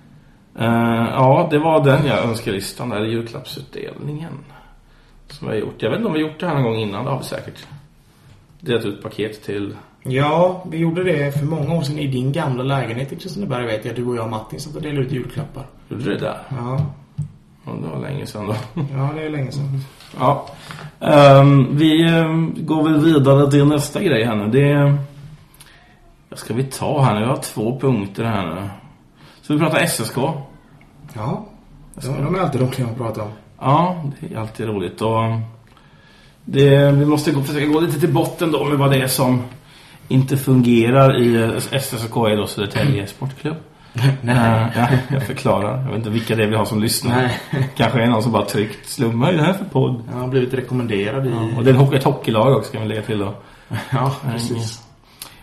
Uh, ja, det var den jag önskelistan där i julklappsutdelningen som jag har gjort. Jag vet inte om vi har gjort det här någon gång innan. Det har vi säkert. Delat ut paket till... Ja, vi gjorde det för många år sedan i din gamla lägenhet i Kristineberg, vet jag. Du och jag och Martin satt och delade ut julklappar. Gjorde du det där? Ja. Ja, det var länge sedan då. Ja, det är länge sedan. Ja. Um, vi um, går väl vidare till nästa grej här nu. Det vad ska vi ta här nu? Jag har två punkter här nu. Så vi pratar S S K. Ja, de är alltid roliga att prata om. Ja, det är alltid roligt. Och det, vi måste gå, försöka gå lite till botten då med vad det är som inte fungerar i S S K är då Södertälje Sportklubb. Nej. Uh, ja, jag förklarar. Jag vet inte vilka det är vi har som lyssnar. Nej. Kanske är någon som bara tryckt slumma i det här för podd. Ja, han har blivit rekommenderad i... Ja, och det är ett hockeylag också kan vi lägga till då. Ja, precis.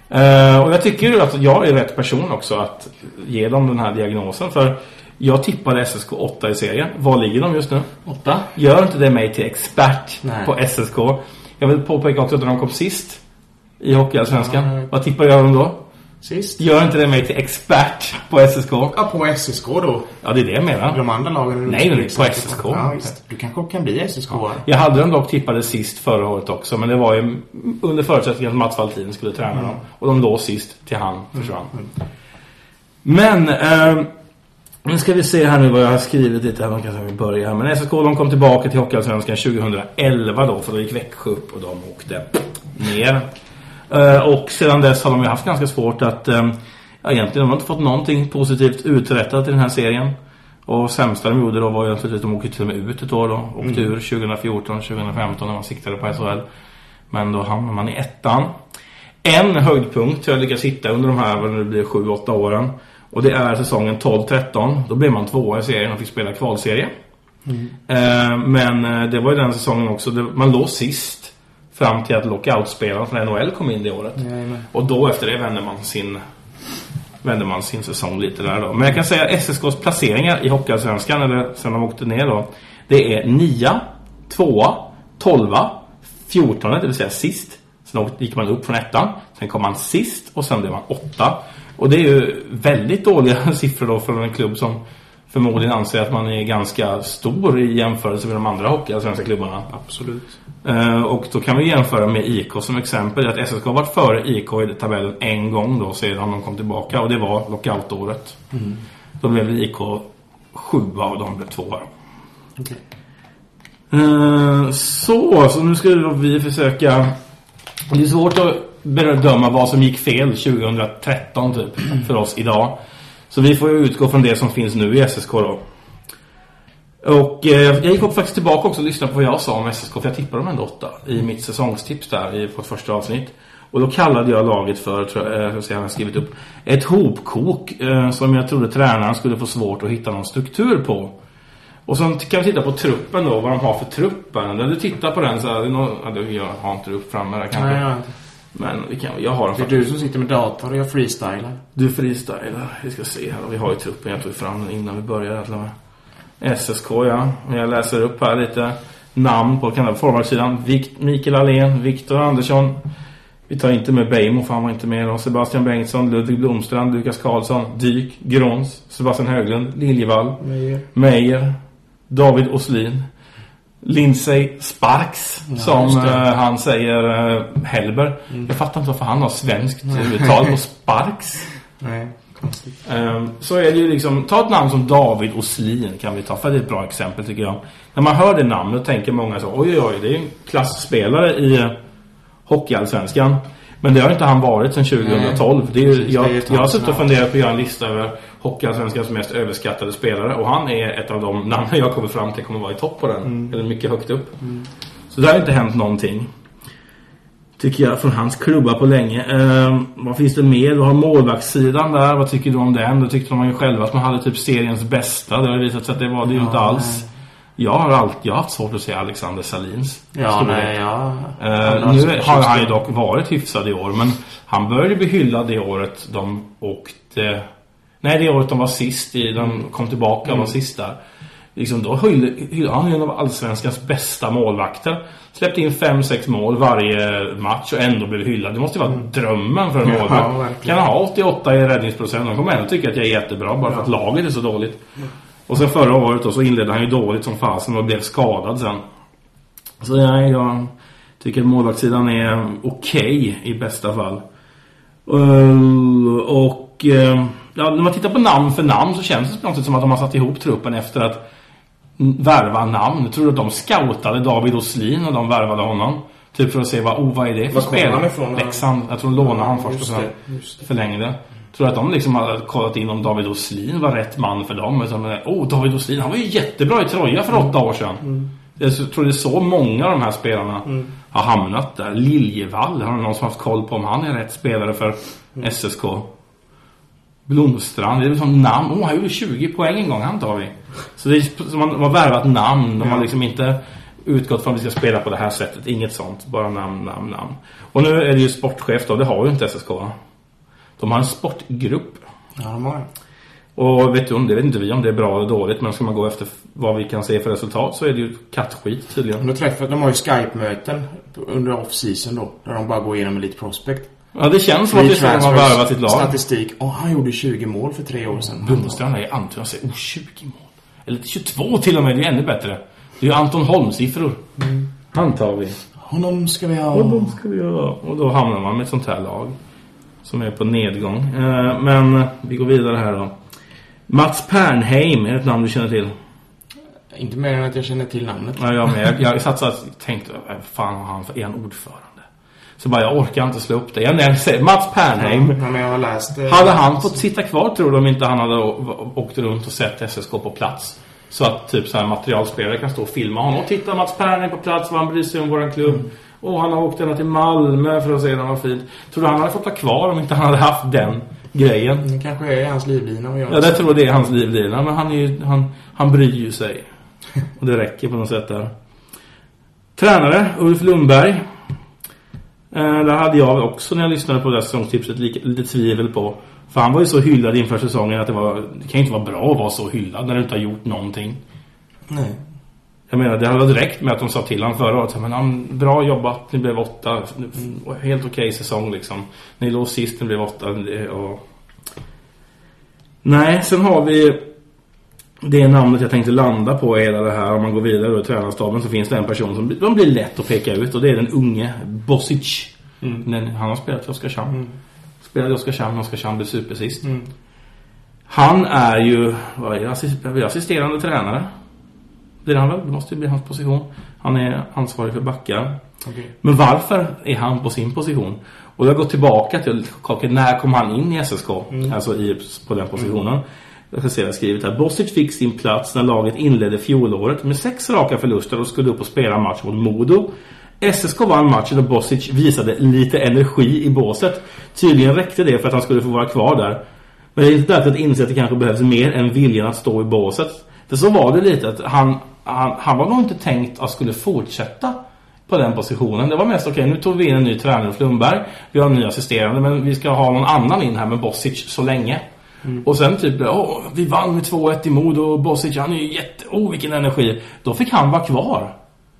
Uh, och jag tycker ju att jag är rätt person också att ge dem den här diagnosen. För jag tippade S S K åtta i serien. Var ligger de just nu? åtta. Gör inte det mig till expert Nej. på S S K. Jag vill påpeka också att de kom sist i Hockeyallsvenskan. Ja. Vad tippar jag dem då? Sist. Gör inte det mig till expert på S S K? Ja, på S S K då. Ja, det är det jag menar. De andra lagen... Nej, men på S S K. Ja, visst. Du kanske kan bli S S K. Ja. Jag hade dem dock tippade sist förra året också. Men det var ju under förutsättning att Mats Valtin skulle träna mm. dem. Och de låg sist till han försvann. Mm. Men... Eh, nu ska vi se här nu vad jag har skrivit lite här. Man kan säga börja här. Men S S K de kom tillbaka till Hockeyallsvenskan tjugohundraelva då. För då gick Växjö upp och de åkte ner. Uh, och sedan dess har de ju haft ganska svårt att... Um, ja, egentligen de har inte fått någonting positivt uträttat i den här serien. Och sämsta de gjorde då var ju att de åkte till och med ut ett år då. Åkte mm. ur tjugofjorton tjugofemton när man siktade på S H L. Men då hamnar man i ettan. En höjdpunkt jag lyckas hitta under de här, vad det blir, sju åtta åren. Och det är säsongen tolv tretton. Då blev man tvåa i serien och fick spela kvalserie. Mm. Uh, men det var ju den säsongen också. Det, man låg sist. Fram till att lockout-spelaren från N H L kom in det året. Jajamän. Och då efter det vände man sin vände man sin säsong lite där då. Men jag kan säga att S S K:s placeringar i Hockeyallsvenskan, eller sen de åkte ner då, det är nia, tvåa, tolva, fjorton, det vill säga sist. Sen gick man upp från ettan, sen kom man sist och sen blev man åtta. Och det är ju väldigt dåliga siffror då från en klubb som förmodligen anser att man är ganska stor i jämförelse med de andra Hockeyallsvenska klubbarna. Absolut. Uh, och då kan vi jämföra med I K som exempel. Att S S K har varit före I K i tabellen en gång då sedan de kom tillbaka. Och det var lockout-året. Mm. Då blev I K sjua och de blev tvåa. Okay. Uh, så, så nu ska vi försöka... Det är svårt att bedöma vad som gick fel tjugohundratretton typ mm. för oss idag. Så vi får utgå från det som finns nu i S S K då. Och eh, jag gick upp faktiskt tillbaka också och lyssnade på vad jag sa om S S K. För jag tippade dem ändå åtta i mitt säsongstips där i, på ett första avsnitt. Och då kallade jag laget för, tror jag, jag, jag har skrivit upp, ett hopkok eh, som jag trodde tränaren skulle få svårt att hitta någon struktur på. Och så kan vi titta på truppen då, vad de har för truppen. När du tittar på den så här, någon, ja, jag har inte upp framme där kanske. Nej, jag har inte. Men vi kan, jag har den det är faktiskt. Du som sitter med dator och jag freestylar. Du freestylar, vi ska se här. Vi har ju truppen, jag tog fram den innan vi började. S S K, ja. Jag läser upp här lite namn på kanalen forwardsidan. Vikt, Mikael Allén, Viktor Andersson. Vi tar inte med Beijmo, för han var inte med då. Sebastian Bengtsson, Ludvig Blomstrand, Lukas Karlsson, Dyk, Grons, Sebastian Höglund, Liljevall, Meijer, Meijer David Åslin, Lindsay Sparks, ja, som uh, han säger uh, Hellber. Mm. Jag fattar inte varför han har svenskt uttal på Sparks. Nej, konstigt. Um, så är det ju liksom, ta ett namn som David Åslin kan vi ta, för det är ett bra exempel tycker jag. När man hör det namnet tänker många så, oj oj oj, det är en klassspelare i uh, Hockeyallsvenskan. Men det har inte han varit sedan tjugohundratolv. Det är, precis, jag, det är jag har suttit och funderat på att göra en lista över Hockeyallsvenskans mest överskattade spelare. Och han är ett av de namn jag kommer fram till kommer vara i topp på den. Mm. Eller mycket högt upp. Mm. Så det har inte hänt någonting, tycker jag, från hans klubba på länge. Eh, vad finns det mer? Du har målvaktssidan där. Vad tycker du om den? Då tyckte de ju själva att man hade typ seriens bästa. Det har visat sig att det var det ju ja, inte alls. Nej. Jag har alltid jag har haft svårt att se Alexander Salins. Ja, nej, ja. Uh, nu har han ju dock varit hyfsad i år. Men han började bli hyllad det året de åkte... Nej, det året de var sist. I, de mm. kom tillbaka och mm. var sist där. Liksom, då hyllade, hyllade han en av allsvenskans bästa målvakter. Släppte in fem sex mål varje match och ändå blev hyllad. Det måste ju vara mm. drömmen för en målvakt. Ja, kan han ha åttioåtta i räddningsprocent? De kommer ändå tycka att jag är jättebra bara ja. för att laget är så dåligt. Mm. Och sen förra året då, så inledde han ju dåligt som fasen och blev skadad sen. Så ja, jag tycker att målvaktssidan är okej okay, i bästa fall. Uh, och uh, ja, när man tittar på namn för namn så känns det på något sätt som att de har satt ihop truppen efter att värva namn. Jag tror att de scoutade David Åslin och de värvade honom. Typ för att se vad, oh, vad är det för spelare. Leksand, jag tror de lånade han först och sen förlängde. Tror att de liksom hade kollat in om David Åslin var rätt man för dem. Åh, oh, David Åslin, han var ju jättebra i Troja för åtta år sedan. Mm. Jag tror det är så många av de här spelarna mm. har hamnat där. Liljevall, har någon som haft koll på om han är rätt spelare för mm. S S K. Blomstrand, det är liksom namn. Åh, oh, han gjorde tjugo poäng en gång, han tar vi. Så det är som man har värvat namn. De har liksom inte utgått från att vi ska spela på det här sättet. Inget sånt, bara namn, namn, namn. Och nu är det ju sportchef då, det har ju inte S S K. De har en sportgrupp. Ja, de har det. Och vet du, det vet inte vi om det är bra eller dåligt, men ska man gå efter vad vi kan se för resultat så är det ju kattskit tydligen. De, träffar, de har ju Skype-möten under off-season då, där de bara går igenom en lite prospect. Ja, det känns som att det är så att man värvar sitt lag. Statistik. Och han gjorde tjugo mål för tre år sedan. Bundesstrand är antyder sig, oh tjugo mål. Eller tjugotvå till och med, det är ännu bättre. Det är ju Anton Holm-siffror. Mm. Han tar vi. Honom ska vi ha. Honom ska vi ha. Och då hamnar man med ett sånt här lag som är på nedgång. Eh, men vi går vidare här då. Mats Pernheim är ett namn du känner till. Inte mer än att jag känner till namnet. Ja, jag med. Jag, jag satt så att tänkte, fan har han för en ordförande? Så bara, jag orkar inte slå upp det. Jag nämnde Mats Pernheim. Ja, men jag har läst det. Hade han fått sitta kvar, tror du, om inte han hade åkt runt och sett S S K på plats? Så att typ så här materialspelare kan stå och filma honom. Och titta Mats Pernheim på plats, vad han bryr sig om våran klubb. Mm. Och han har åkt ända till Malmö för att se den var fint. Tror du han hade fått vara kvar om inte han hade haft den grejen? Det kanske är hans livlina. Och jag ja, det tror det är hans livlina. Men han, är ju, han, han bryr ju sig. Och det räcker på något sätt där. Tränare, Ulf Lundberg. Eh, där hade jag också när jag lyssnade på det här säsongstipset lite, lite tvivel på. För han var ju så hyllad inför säsongen att det var, det kan ju inte vara bra att vara så hyllad när du inte har gjort någonting. Nej. Jag menar, det hade direkt med att de sa till han förra året. Men han, bra jobbat, ni blev åtta. Mm. Helt okej okay säsong liksom. Ni låg sist, ni blev åtta. Och... Nej, sen har vi det namnet jag tänkte landa på hela det här. Om man går vidare i tränarstaben så finns det en person som de blir lätt att peka ut. Och det är den unge Bosic. Mm. Han har spelat i Oskarshamn. Mm. Spelade i Oskarshamn, Oskarshamn blev supersist. Mm. Han är ju vad är det, assisterande tränare. Det är han väl, det måste ju bli hans position. Han är ansvarig för backar. Okay. Men varför är han på sin position? Och jag går tillbaka till när kom han in i S S K? Mm. Alltså i, på den positionen. Mm. Jag ska se, jag har skrivit här. Bosic fick sin plats när laget inledde fjolåret med sex raka förluster och skulle upp och spela match mot Modo. S S K var en match där Bosic visade lite energi i båset. Tydligen räckte det för att han skulle få vara kvar där. Men det är inte därför att inse att det kanske behövs mer än viljan att stå i båset. För så var det lite att han, han, han var nog inte tänkt att skulle fortsätta på den positionen. Det var mest okej, okay, nu tog vi in en ny tränare Flumberg. Vi har en ny assisterande, men vi ska ha någon annan in här med Bosic så länge. Mm. Och sen typ, åh, vi vann med två ett i Modo och Bosic, han är ju jätte, åh vilken energi. Då fick han vara kvar.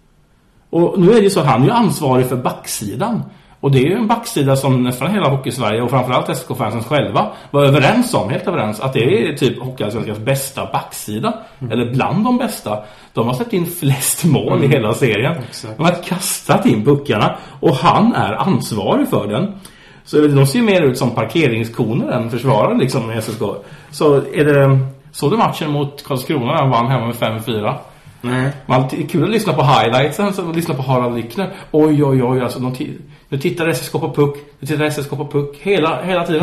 Och nu är det så att han är ju ansvarig för backsidan. Och det är ju en backsida som nästan hela Hockey-Sverige och framförallt S K fansens själva var överens om, helt överens, att det är typ Hockeyallsvenskans bästa backsida. Mm. Eller bland de bästa. De har släppt in flest mål mm. i hela serien. Exakt. De har kastat in puckarna och han är ansvarig för den. Så de ser mer ut som parkeringskoner än försvarare liksom i S S K. Så är det, så det matchen mot Karlskrona, han vann hemma med fem fyra. Nej. Man är kul att lyssna på highlightsen, så lyssna på Harald Lyckner. Oj oj oj, alltså de t- nu tittar S S K på puck, nu tittar S S K på puck hela hela tiden.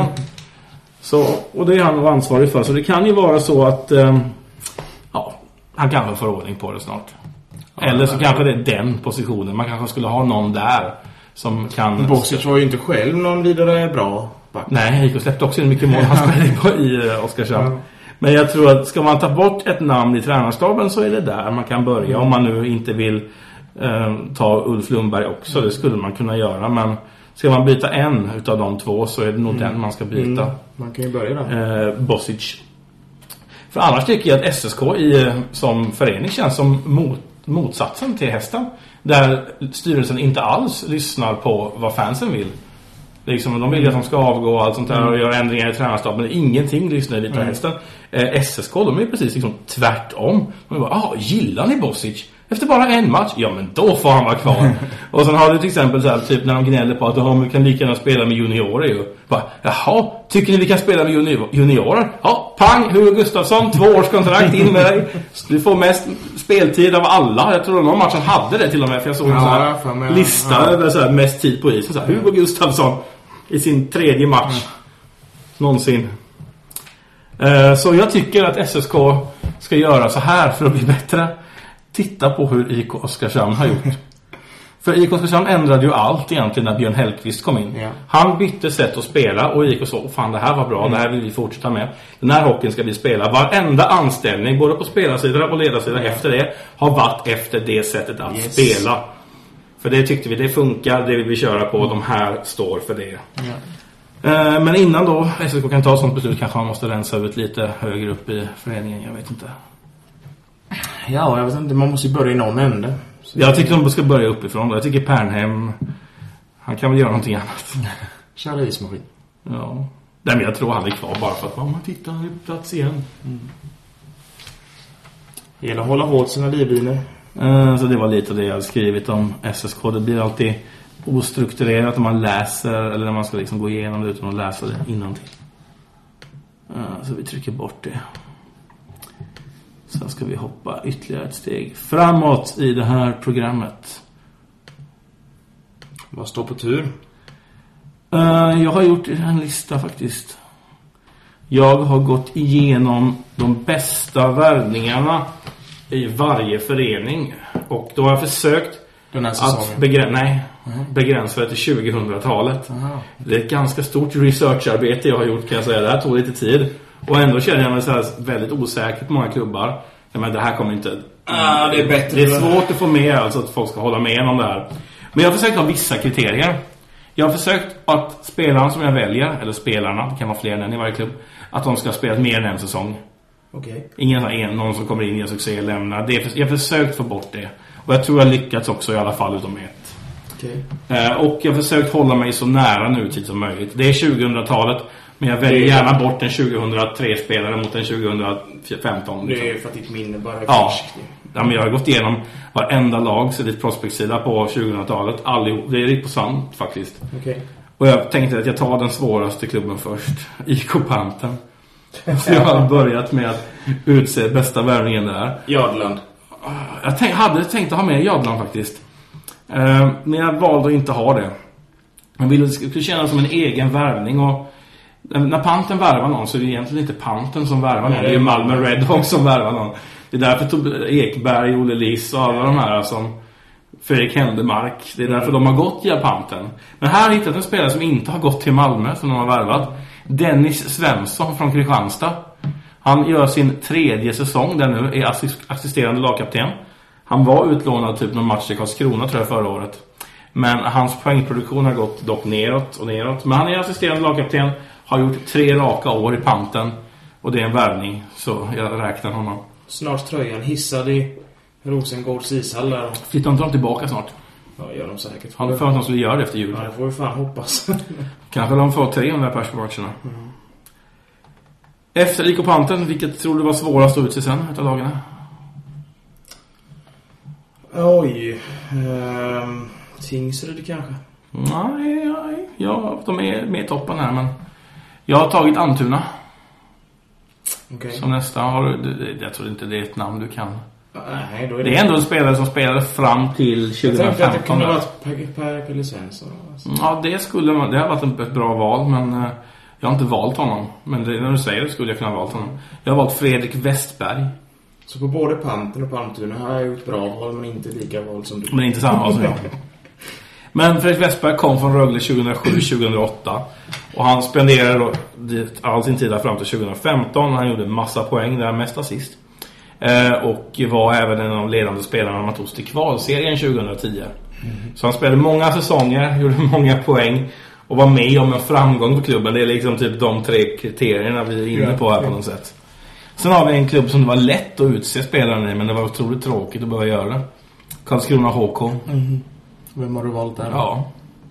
Så och det är han ansvarig för. Så det kan ju vara så att um, ja, han kan väl få ordning på det snart. Ja, eller så kanske det är den positionen. Man kanske skulle ha någon där som kan. Bosic var ju inte själv någon vidare bra back. Nej, han gick och släppte också in mycket mål han spelade på i uh, Oskarshamn. Ja. Men jag tror att ska man ta bort ett namn i tränarstaben så är det där man kan börja. Mm. Om man nu inte vill eh, ta Ulf Lundberg också, det skulle man kunna göra. Men ska man byta en utav de två så är det nog mm. den man ska byta. Mm. Man kan ju börja där. Eh, Bosic. För annars tycker jag att S S K i, som förening känns som mot, motsatsen till Hästen. Där styrelsen inte alls lyssnar på vad fansen vill. Liksom, de vill att de ska avgå och allt sånt där och göra ändringar i tränarstaben, men ingenting lyssnar lite på mm. Hästen. Eh, S S K, de är precis liksom tvärtom. De bara, ah, gillar ni Bosic? Efter bara en match? Ja, men då får han vara kvar. Och sen har du till exempel så här, typ när de gnäller på att de kan lika gärna spela med juniorer ju. Bara, jaha, tycker ni vi kan spela med junior- juniorer? Ja, pang, Hugo Gustafsson, två års kontrakt in med dig. Du får mest speltid av alla. Jag tror någon matchen hade det till och med, för jag såg en ja, sån här ja, mig, lista ja. över så här, mest tid på isen. Så här, Hugo Gustafsson i sin tredje match mm. någonsin. Uh, så jag tycker att S S K ska göra så här för att bli bättre. Titta på hur I K Oskarshamn har gjort. För I K Oskarshamn ändrade ju allt egentligen när Björn Hellkvist kom in. Ja. Han bytte sätt att spela och I K så, fan det här var bra, mm. det här vill vi fortsätta med. Den här hockeyn ska vi spela. Varenda anställning, både på spelarsidan och ledarsidan ja. efter det, har varit efter det sättet att yes. spela. För det tyckte vi, det funkar, det vill vi köra på, mm. de här står för det. Ja. Eh, men innan då S S K kan ta sånt beslut kanske man måste rensa ut lite högre upp i föreningen, jag vet inte. Ja, jag vet inte, man måste ju börja i någon ände. Så jag tycker de ska börja uppifrån. Jag tycker Pernhem, han kan väl göra någonting annat. Köra ismaskin. Ja. Nej, men jag tror han är kvar bara för att man tittar på plats igen. Mm. Det gäller att hålla hårt sina livlinor. Uh, så det var lite det jag skrivit om S S K. Det blir alltid ostrukturerat när man läser, eller när man ska liksom gå igenom det utan att läsa det innantill. Uh, så vi trycker bort det. Sen ska vi hoppa ytterligare ett steg framåt i det här programmet. Vad står på tur? Uh, jag har gjort en lista faktiskt. Jag har gått igenom de bästa värvningarna i varje förening. Och då har jag försökt att begrä- nej, uh-huh. begränsa det till tjugohundratalet. Uh-huh. Det är ett ganska stort researcharbete jag har gjort, kan jag säga. Det här tog lite tid. Och ändå känner jag mig så här väldigt osäker på många klubbar. Men det här kommer inte... Ah, det är bättre. Det är svårt att få med, alltså att folk ska hålla med om det här. Men jag har försökt ha vissa kriterier. Jag har försökt att spelarna som jag väljer, eller spelarna, det kan vara fler än en i varje klubb, att de ska spela mer än en säsong. Okay. Ingen en, någon som kommer in i succé lämnar. Det är, jag har försökt få bort det. Och jag tror jag lyckats också i alla fall utom ett. Okay. Eh, och jag har försökt hålla mig så nära nutid som möjligt. Det är tjugohundratalet. Men jag väljer gärna bort en tjugohundratre-spelare mot en tjugohundrafemton. Liksom. Det är för att ditt minne bara är ja. ja, men jag har gått igenom varenda lag så det är prospektsida på tjugohundratalet. Allihop. Det är riktigt sant faktiskt. Okay. Och jag tänkte att jag tar den svåraste klubben först. I K Panten. Så jag har börjat med att utse bästa värvningen där. Jadland. Jag tänk, hade tänkt att ha med Jadland faktiskt. Uh, men jag valde att inte ha det. Jag ville att det skulle kännas som en egen värvning. Och när Panten värvar någon så är det egentligen inte Panten som värvar någon. Det är ju Malmö Redhawks som värvar någon. Det är därför tog Ekberg, Olle Liss och alla de här som Fredrik Händemark. Det är därför de har gått via Panten. Men här har jag hittat en spelare som inte har gått till Malmö som de har värvat. Dennis Svensson från Kristianstad. Han gör sin tredje säsong där nu, är assisterande lagkapten. Han var utlånad typ någon match i Karlskrona tror jag förra året. Men hans poängproduktion har gått dock neråt och neråt. Men han är assisterande lagkapten, har gjort tre raka år i Panten. Och det är en värvning, så jag räknar honom. Snart tröjan hissad i Rosengårds ishall där. Flyttar inte de tillbaka snart? Ja, gör de säkert. Har du för att de skulle göra det efter jul? Ja, det får vi fan hoppas. Kanske de får trehundra pers på matcherna. Mm. Efter I K Panten, vilket tror du var svårast att utse sen utav lagarna? Oj. Um, Tingsryd kanske? Nej, nej. Ja, de är med i toppen här, men jag har tagit Antuna. Okay. Som nästa har, jag tror inte det är ett namn du kan. Nej, då är det... det är ändå en spelare som spelade fram till tjugohundrafemton. Jag tänkte att det kunde vara Per Pellesens. Ja, det skulle man, det har varit ett bra val, men jag har inte valt honom. Men det, när du säger det skulle jag kunna ha valt honom. Jag har valt Fredrik Westberg. Så på både Panten och Palmtuna har jag gjort bra val, men inte lika val som du. Men inte samma val som jag. Men Fredrik Westberg kom från Rögle tjugohundrasju tjugohundraåtta. Och han spenderade all sin tid där fram till tjugohundrafemton. Han gjorde en massa poäng där, mest assist. Eh, och var även en av de ledande spelarna när man tog till kvalserien tjugohundratio. Mm. Så han spelade många säsonger, gjorde många poäng och var med om en framgång på klubben. Det är liksom typ de tre kriterierna vi är inne på här på något sätt. Sen har vi en klubb som det var lätt att utse spelarna i, men det var otroligt tråkigt att behöva göra det. Karlskrona H K. Mm. Vem har du valt där? Ja.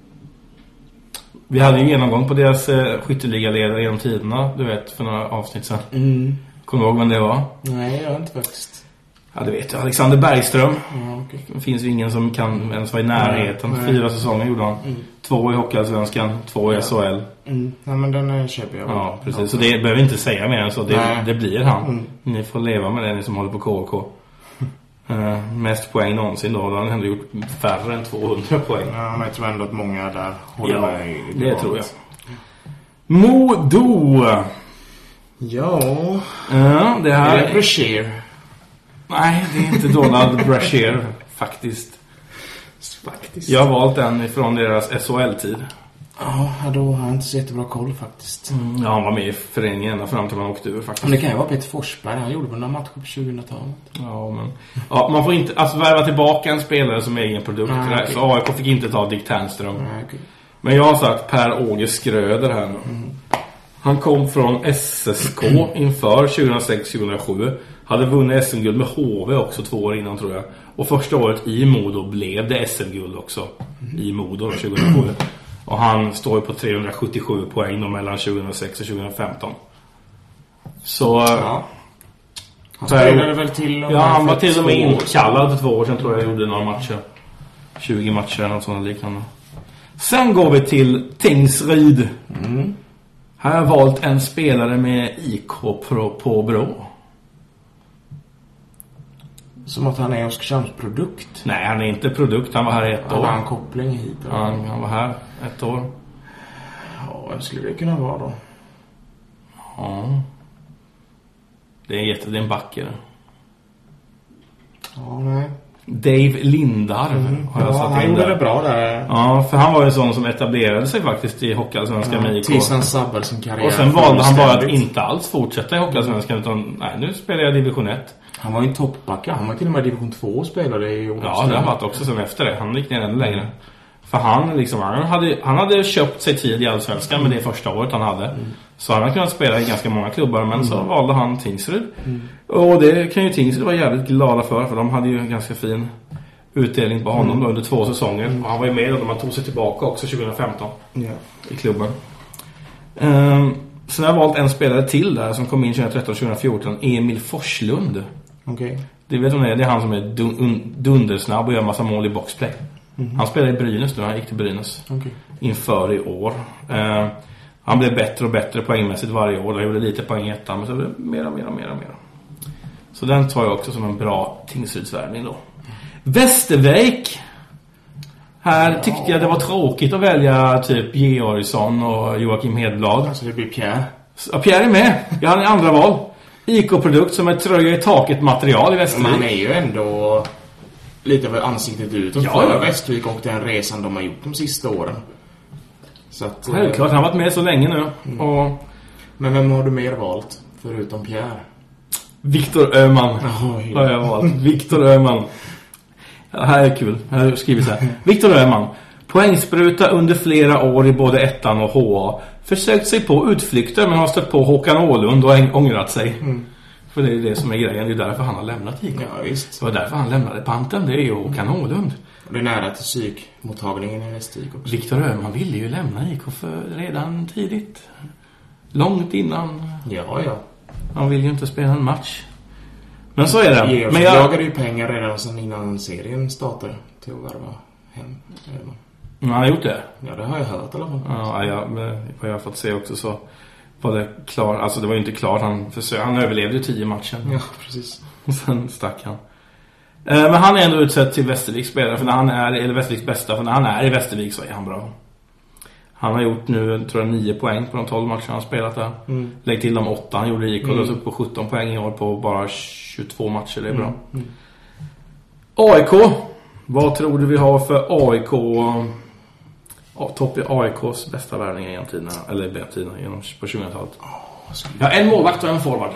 Vi hade en genomgång på deras eh, skytteligaledare genom tiderna, du vet, för några avsnitt sedan. Mm. Kommer du ihåg vem det var? Nej, jag har inte faktiskt. Ja, det vet jag. Alexander Bergström. Ja, okay. Det finns ju ingen som kan ens vara i närheten. Nej, nej. Fyra säsonger gjorde han. Mm. Två i Hockeyallsvenskan, två i S H L. Mm. Nej, men den är, köper jag. Ja, precis. Ja. Så det behöver inte säga mer än så. Det, det blir han. Mm. Ni får leva med det, ni som håller på K K. Uh, mest poäng någonsin då. Då har han ändå gjort färre än tvåhundra poäng. Ja, men jag tror ändå att många där håller ja, med i det, det tror jag. Modo! Ja. Ja, det här är det Brashear? Nej, det är inte Donald Brashear faktiskt. Faktiskt. Jag har valt en från deras S H L-tid. Ja, då har jag inte så jättebra koll faktiskt. Mm, ja, han var med i föreningen ända fram till man åkte ur faktiskt. Men det kan ju vara Peter Forsberg. Han gjorde väl några matcher på tjugohundratalet. Ja, men ja, man får inte alltså värva tillbaka en spelare som är egen produkt. Nej, okay. Så A I K fick inte ta Dick Ternström. Nej, okay. Men jag har sagt Per-Åge Skröder här nu. Mm. Han kom från S S K inför tjugohundrasex tjugohundrasju. Hade vunnit S M-guld med H V också två år innan, tror jag. Och första året i Modo blev det S M-guld också. Mm. I Modo tjugohundrasju. Och han står på trehundrasjuttiosju poäng då mellan tjugohundrasex och tjugohundrafemton. Så... Ja. Han spelade väl till och med. Ja, han var till och med inkallad för två år sedan, tror jag. Jag gjorde några matcher. tjugo matcher eller något sådant liknande. Sen går vi till Tingsryd. Mm. Här har jag valt en spelare med I K på, på Brå. Som att han är Oskarshamns produkt. Nej, han är inte produkt. Han var här ett år. Han har en koppling hit. Han, han var här ett år. Ja, vad skulle det kunna vara då? Ja. Det är jätte, det är en backer. Ja, nej. Dave Lindar mm. har jag ja, satt han in gjorde där. Det bra där. Ja, för han var ju en sån som etablerade sig faktiskt i Hockeyallsvenskan med I K. Tills han sabbade sin karriär. Och sen valde han bara att inte alls fortsätta i Hockeyallsvenskan, utan nej, nu spelar jag division ett. Han var ju en toppback. Han var till och med division två och spelade i Olofström. Ja, det har varit också sen efter det. Han gick ner ännu längre. För han liksom, han hade, han hade köpt sig tid i Allsvenskan med det första året han hade. Mm. Så han hade kunnat spela i ganska många klubbar, men mm. så valde han Tingsryd. Mm. Och det kan ju Tingsryd vara jävligt glada för, för de hade ju en ganska fin utdelning på honom mm. under två säsonger. Mm. Och han var ju med när man tog sig tillbaka också tjugohundrafemton yeah. i klubben. Um, sen har jag valt en spelare till där som kom in tjugohundratretton tjugohundrafjorton, Emil Forslund. Okej. Okay. Det vet hon är, det är han som är dun- dundersnabb och gör massa mål i boxplay. Mm. Han spelar i Brynäs nu, han gick till Brynäs okay. inför i år. Uh, han blev bättre och bättre poängmässigt varje år. Han gjorde lite poäng i ettan, men så blev det mera, mera, mera, mera. Så den tar jag också som en bra Tingsrydsvärvning då. Västervik. Här ja. tyckte jag det var tråkigt att välja typ Georgsson och Joakim Hedblad. Alltså det blir Pierre. Ja, Pierre är med. Jag har en andra val. I K-produkt som är tröja i taket material i Västervik. Men han är ju ändå lite av ansiktet utåt ja, för ja. Västervik och den resan de har gjort de sista åren. Så att, självklart, han har varit med så länge nu. Mm. Och... Men vem har du mer valt förutom Pierre? Viktor Öhman oh, har jag valt. Viktor Öhman. Det här är kul. Jag har skrivit så här. Viktor Öhman. Poängspruta under flera år i både ettan och H A. Försökt sig på utflykter men har stött på Håkan Åhlund och ångrat sig. Mm. För det är det som är grejen. Det är därför han har lämnat I K. Ja, visst. Det var därför han lämnade Panten. Det är ju Håkan Åhlund. Det är nära till psykmottagningen i Västervik också. Viktor Öhman ville ju lämna I K för redan tidigt. Långt innan. Ja, ja. Han vill ju inte spela en match. Men så är det. Georg, men jag jagade ju pengar redan sedan innan serien startade till att värva hem. Ja, han har gjort det. Ja, det har jag hört i alla fall. Ja, ja, men vad jag har fått se också så var det klart. Alltså det var ju inte klart. Han, försökte, han överlevde ju tio matcher. Ja, precis. Och sen stack han. Eh, men han är ändå utsett till Västerviks spelare. För när han är, eller Västerviks bästa. För när han är i Västervik så är han bra. Han har gjort nu, tror jag, nio poäng på de tolv matcher han spelat där. Mm. Lägg till de åtta. Han gjorde I K mm. upp på sjutton poäng i år på bara tjugotvå matcher. Det är bra. Mm. Mm. A I K. Vad tror du vi har för A I K? Ja, topp i A I K:s bästa värvningar genom tiderna. Eller genom tiderna genom, på tjugohundratalet. Oh, ja, en målvakt och en forward.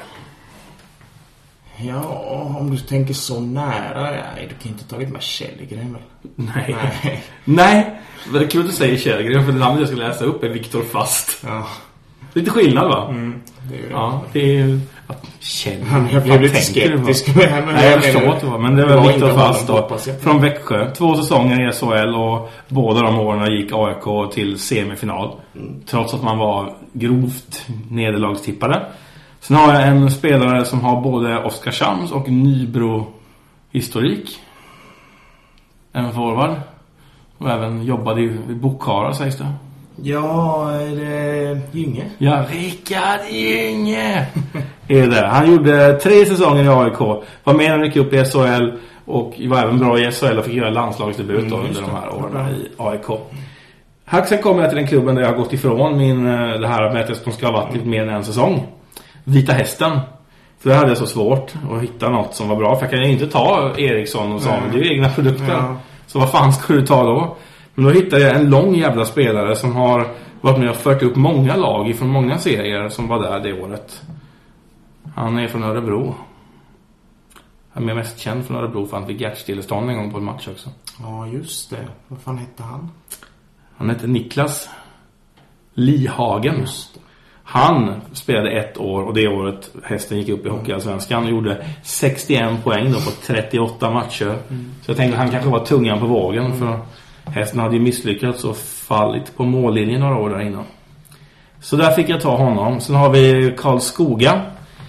Ja, om du tänker så nära. Nej, du kan inte tagit med Källgren väl? Nej. Nej. Nej. Men det är kul att du säger Källgren. För det namnet jag ska läsa upp är Viktor Fast. Ja. Lite skillnad va? Mm, det är ju ja, det är ju Källgren. Jag blev lite skeptisk med det. Nej, jag förstår att det var. Men det var, var Viktor Fast då. Från Växjö. Två säsonger i S H L. Och båda de åren gick A I K till semifinal. Mm. Trots att man var grovt nederlagstippade. Sen har jag en spelare som har både Oskarshamns och Nybro historik. En forward. Och även jobbade i Bokhara, sägs det. Ja, är det Gynge? Ja, Rickard Gynge är det. Han gjorde tre säsonger i A I K. Var med när han gick upp i S H L. Och var även bra i S H L och fick göra landslagsdebut mm, under de här åren i A I K. Här sen kommer jag till den klubben där jag har gått ifrån min, det här med att jag ska ha varit lite mer än en säsong. Vita Hästen. För det hade jag så svårt att hitta något som var bra. För jag kan ju inte ta Eriksson och så. Det är ju egna produkter. Ja. Så vad fan ska du ta då? Men då hittade jag en lång jävla spelare som har varit med och fört upp många lag från många serier som var där det året. Han är från Örebro. Han är mest känd från Örebro för han fick hjärtstillestånd en gång på en match också. Ja, just det. Vad fan hette han? Han hette Niklas Lihagen. Just det. Han spelade ett år och det året hästen gick upp i Hockeyallsvenskan och gjorde sextioen poäng då på trettioåtta matcher. Mm. Så jag tänkte att han kanske var tungan på vågen mm. för hästen hade ju misslyckats och fallit på mållinjen några år där innan. Så där fick jag ta honom. Sen har vi Karl Skoga.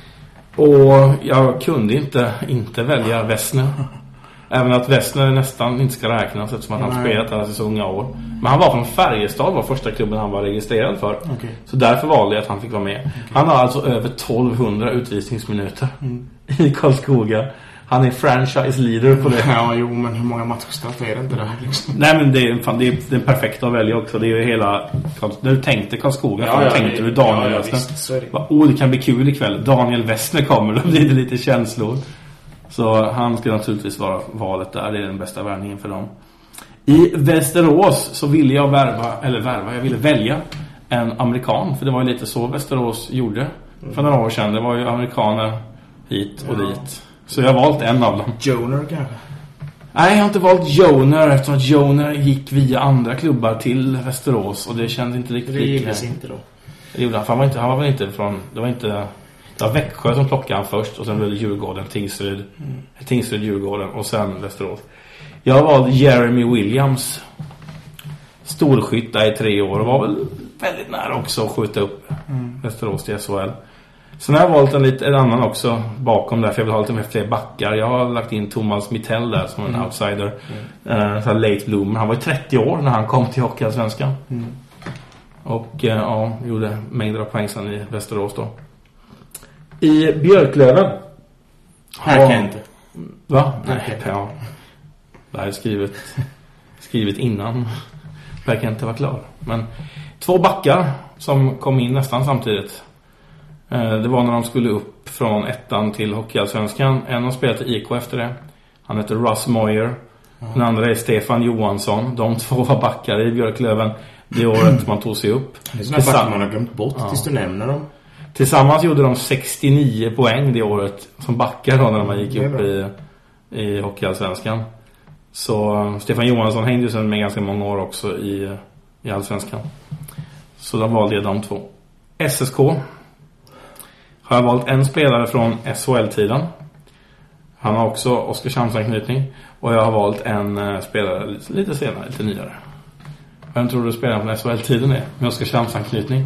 Och jag kunde inte, inte välja Wessner. Även att Wessner nästan inte ska räknas eftersom att han Nej. spelat alla så unga år. Men han var från Färjestad, var första klubben han var registrerad för. Okay. Så därför valde jag att han fick vara med. Okay. Han har alltså över tolvhundra utvisningsminuter mm. i Karlskoga. Han är franchise leader på det. Ja, jo, men hur många matchstraff är det inte där liksom? Nej, men det är, fan, det är den perfekta att välja också. Det är ju hela... När du tänkte Karlskoga, ja, ja, tänkte det, du Daniel ja, ja, Wessner. Åh, oh, det kan bli kul ikväll. Daniel Wessner kommer, då blir det lite känslor. Så han ska naturligtvis vara valet där. Det är den bästa värvningen för dem. I Västerås så ville jag värva, eller värva, jag ville välja en amerikan. För det var ju lite så Västerås gjorde för några år sedan. Det var ju amerikaner hit och ja. dit. Så jag har valt en av dem. Joner kanske? Nej, jag har inte valt Joner eftersom att Joner gick via andra klubbar till Västerås och det kändes inte riktigt lika. Det gillas inte då. Det gjorde han, för han var inte, han var väl inte från, det var inte, det var Växjö som plockade han först och sen blev det Djurgården, Tingsryd, mm. Tingsryd, Djurgården och sen Västerås. Jag har valt Jeremy Williams, storskytt där i tre år och var väl väldigt nära också att skjuta upp mm. Västerås till S H L. Sen har jag valt en, lite, en annan också bakom där för jag vill ha lite mer fler backar. Jag har lagt in Thomas Mittell där som en mm. outsider. Mm. Uh, så late bloomer. Han var ju trettio år när han kom till Hockeyallsvenskan. Mm. Och uh, ja, gjorde mängder av poäng sen i Västerås då. I Björklöven. Här kan jag inte. Va? Nej, ja. Det här är skrivet, skrivet innan Per Kente var klar. Men två backar som kom in nästan samtidigt. Det var när de skulle upp från ettan till Hockeyallsvenskan. En har spelat i I K efter det. Han heter Russ Moyer. Mm. Den andra är Stefan Johansson. De två var backar i Björklöven det året man tog sig upp. Det är sådana backar man har glömt bort ja. tills du nämner dem. Tillsammans gjorde de sextionio poäng det året som backar då när man gick upp i, i Hockeyallsvenskan. Så Stefan Johansson hängde ju sen med ganska många år också i, i Allsvenskan. Så de valde de två. S S K har jag valt en spelare från S H L-tiden. Han har också Oskarshamnsanknytning. Och jag har valt en uh, spelare lite, lite senare, lite nyare. Vem tror du spelaren från S H L-tiden är med Oskarshamnsanknytning?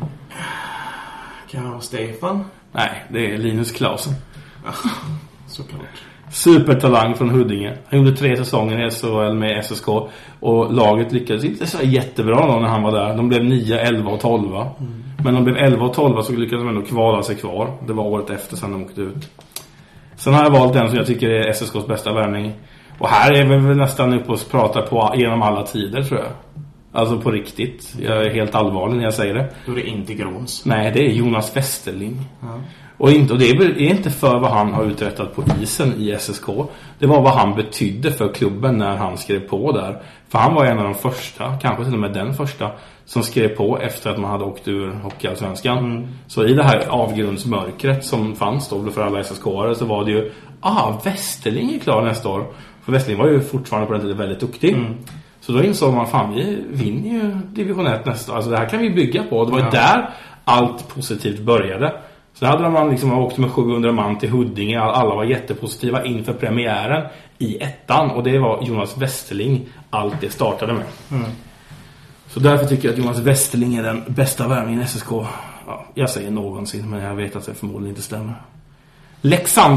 Kan det vara Stefan? Nej, det är Linus Klasen. Såklart. Supertalang från Huddinge. Han gjorde tre säsonger i S H L med S S K. Och laget lyckades inte så jättebra då när han var där. De blev nio, elva och tolv. Mm. Men de blev elva och tolv så lyckades de ändå kvala sig kvar. Det var året efter sen de åkte ut. Sen har jag valt den som jag tycker är S S K:s bästa värvning. Och här är vi väl nästan uppe och pratar på genom alla tider tror jag. Alltså på riktigt. Jag är helt allvarlig när jag säger det. Då är det inte Grons. Nej, det är Jonas Westerling. Ja. Och, inte, och det är inte för vad han har uträttat på isen i S S K. Det var vad han betydde för klubben när han skrev på där. För han var en av de första, kanske till och med den första, som skrev på efter att man hade åkt ur Hockeyallsvenskan. Mm. Så i det här avgrundsmörkret som fanns då för alla S S K-are så var det ju, ah, Westerling är klar nästa år. För Westerling var ju fortfarande på den tiden väldigt duktig. Mm. Så då insåg man, fan vi vinner ju division ett nästa år. Alltså det här kan vi bygga på. Det var ju ja. där allt positivt började. Så hade man liksom åkt med sjuhundra man till Huddinge. Alla var jättepositiva inför premiären i ettan. Och det var Jonas Westerling allt det startade med. Mm. Så därför tycker jag att Jonas Westerling är den bästa värvningen i S S K. Ja, jag säger någonsin, men jag vet att det förmodligen inte stämmer. Leksand.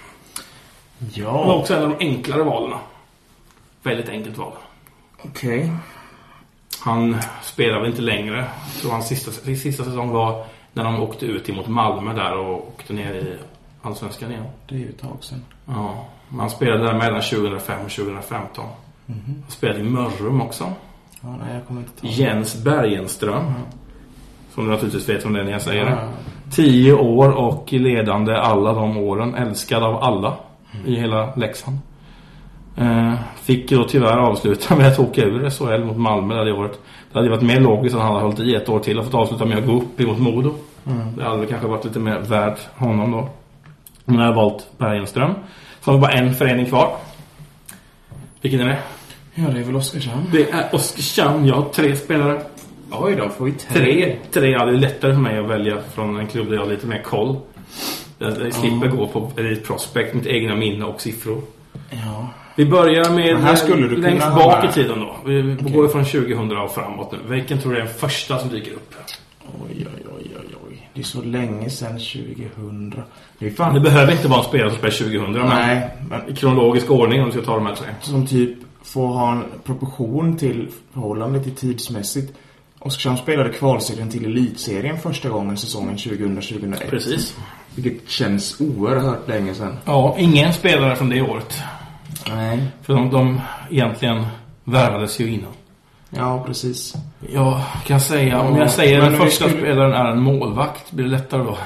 Ja. Det var också en av de enklare valen. Väldigt enkelt val. Okej. Okay. Han spelade inte längre. Så hans sista, sista säsong var när de åkte ut emot Malmö där och åkte ner i Allsvenskan igen. Det är ju ett tag sedan. Ja, han spelade där mellan tjugohundrafem och tjugohundrafemton. Mm-hmm. Han spelade i Mörrum också. Ja, nej, jag kommer inte ta Jens Bergenström. Mm. Som du naturligtvis vet om det när jag säger ja. det. Tio år och ledande alla de åren. Älskad av alla mm. i hela Leksand. Eh, fick då tyvärr avsluta med att åka ur S H L mot Malmö det året. Det hade varit mer logiskt att han hade hållit i ett år till och fått avsluta med att gå upp emot Modo. Mm. Det hade kanske varit lite mer värt honom då. Men jag har valt Bergenström. Så har vi bara en förening kvar. Vilken är det? Ja, det är väl Oskarshamn. Det är Oskarshamn, jag har tre spelare. Oj då, får vi tre. Tre, tre ja, det är lättare för mig att välja från en klubb där jag har lite mer koll. Jag, jag slipper mm. gå på Elite Prospect, mitt egna minne och siffror. Ja. Vi börjar med här skulle du längst bak i tiden då. Vi okay. går från tjugohundra och framåt nu. Vilken tror du är den första som dyker upp? Oj, oj, oj, oj, oj. Det är så länge sedan tjugohundra. Det, är fan... det behöver inte vara en spelare som spelar tjugohundra. Nej, men, men i kronologisk ordning om du ska ta de här tre. Som typ får ha en proportion till förhållandet till tidsmässigt. Oskarshamn spelade kvalserien till elitserien första gången säsongen tjugohundra tjugohundraett. Precis. Vilket känns oerhört länge sedan. Ja, ingen spelare från det året. Nej. För de, de egentligen värvades ju innan. Ja, precis. Jag kan säga, ja, om jag säger den första skulle... spelaren är en målvakt, blir det lättare då?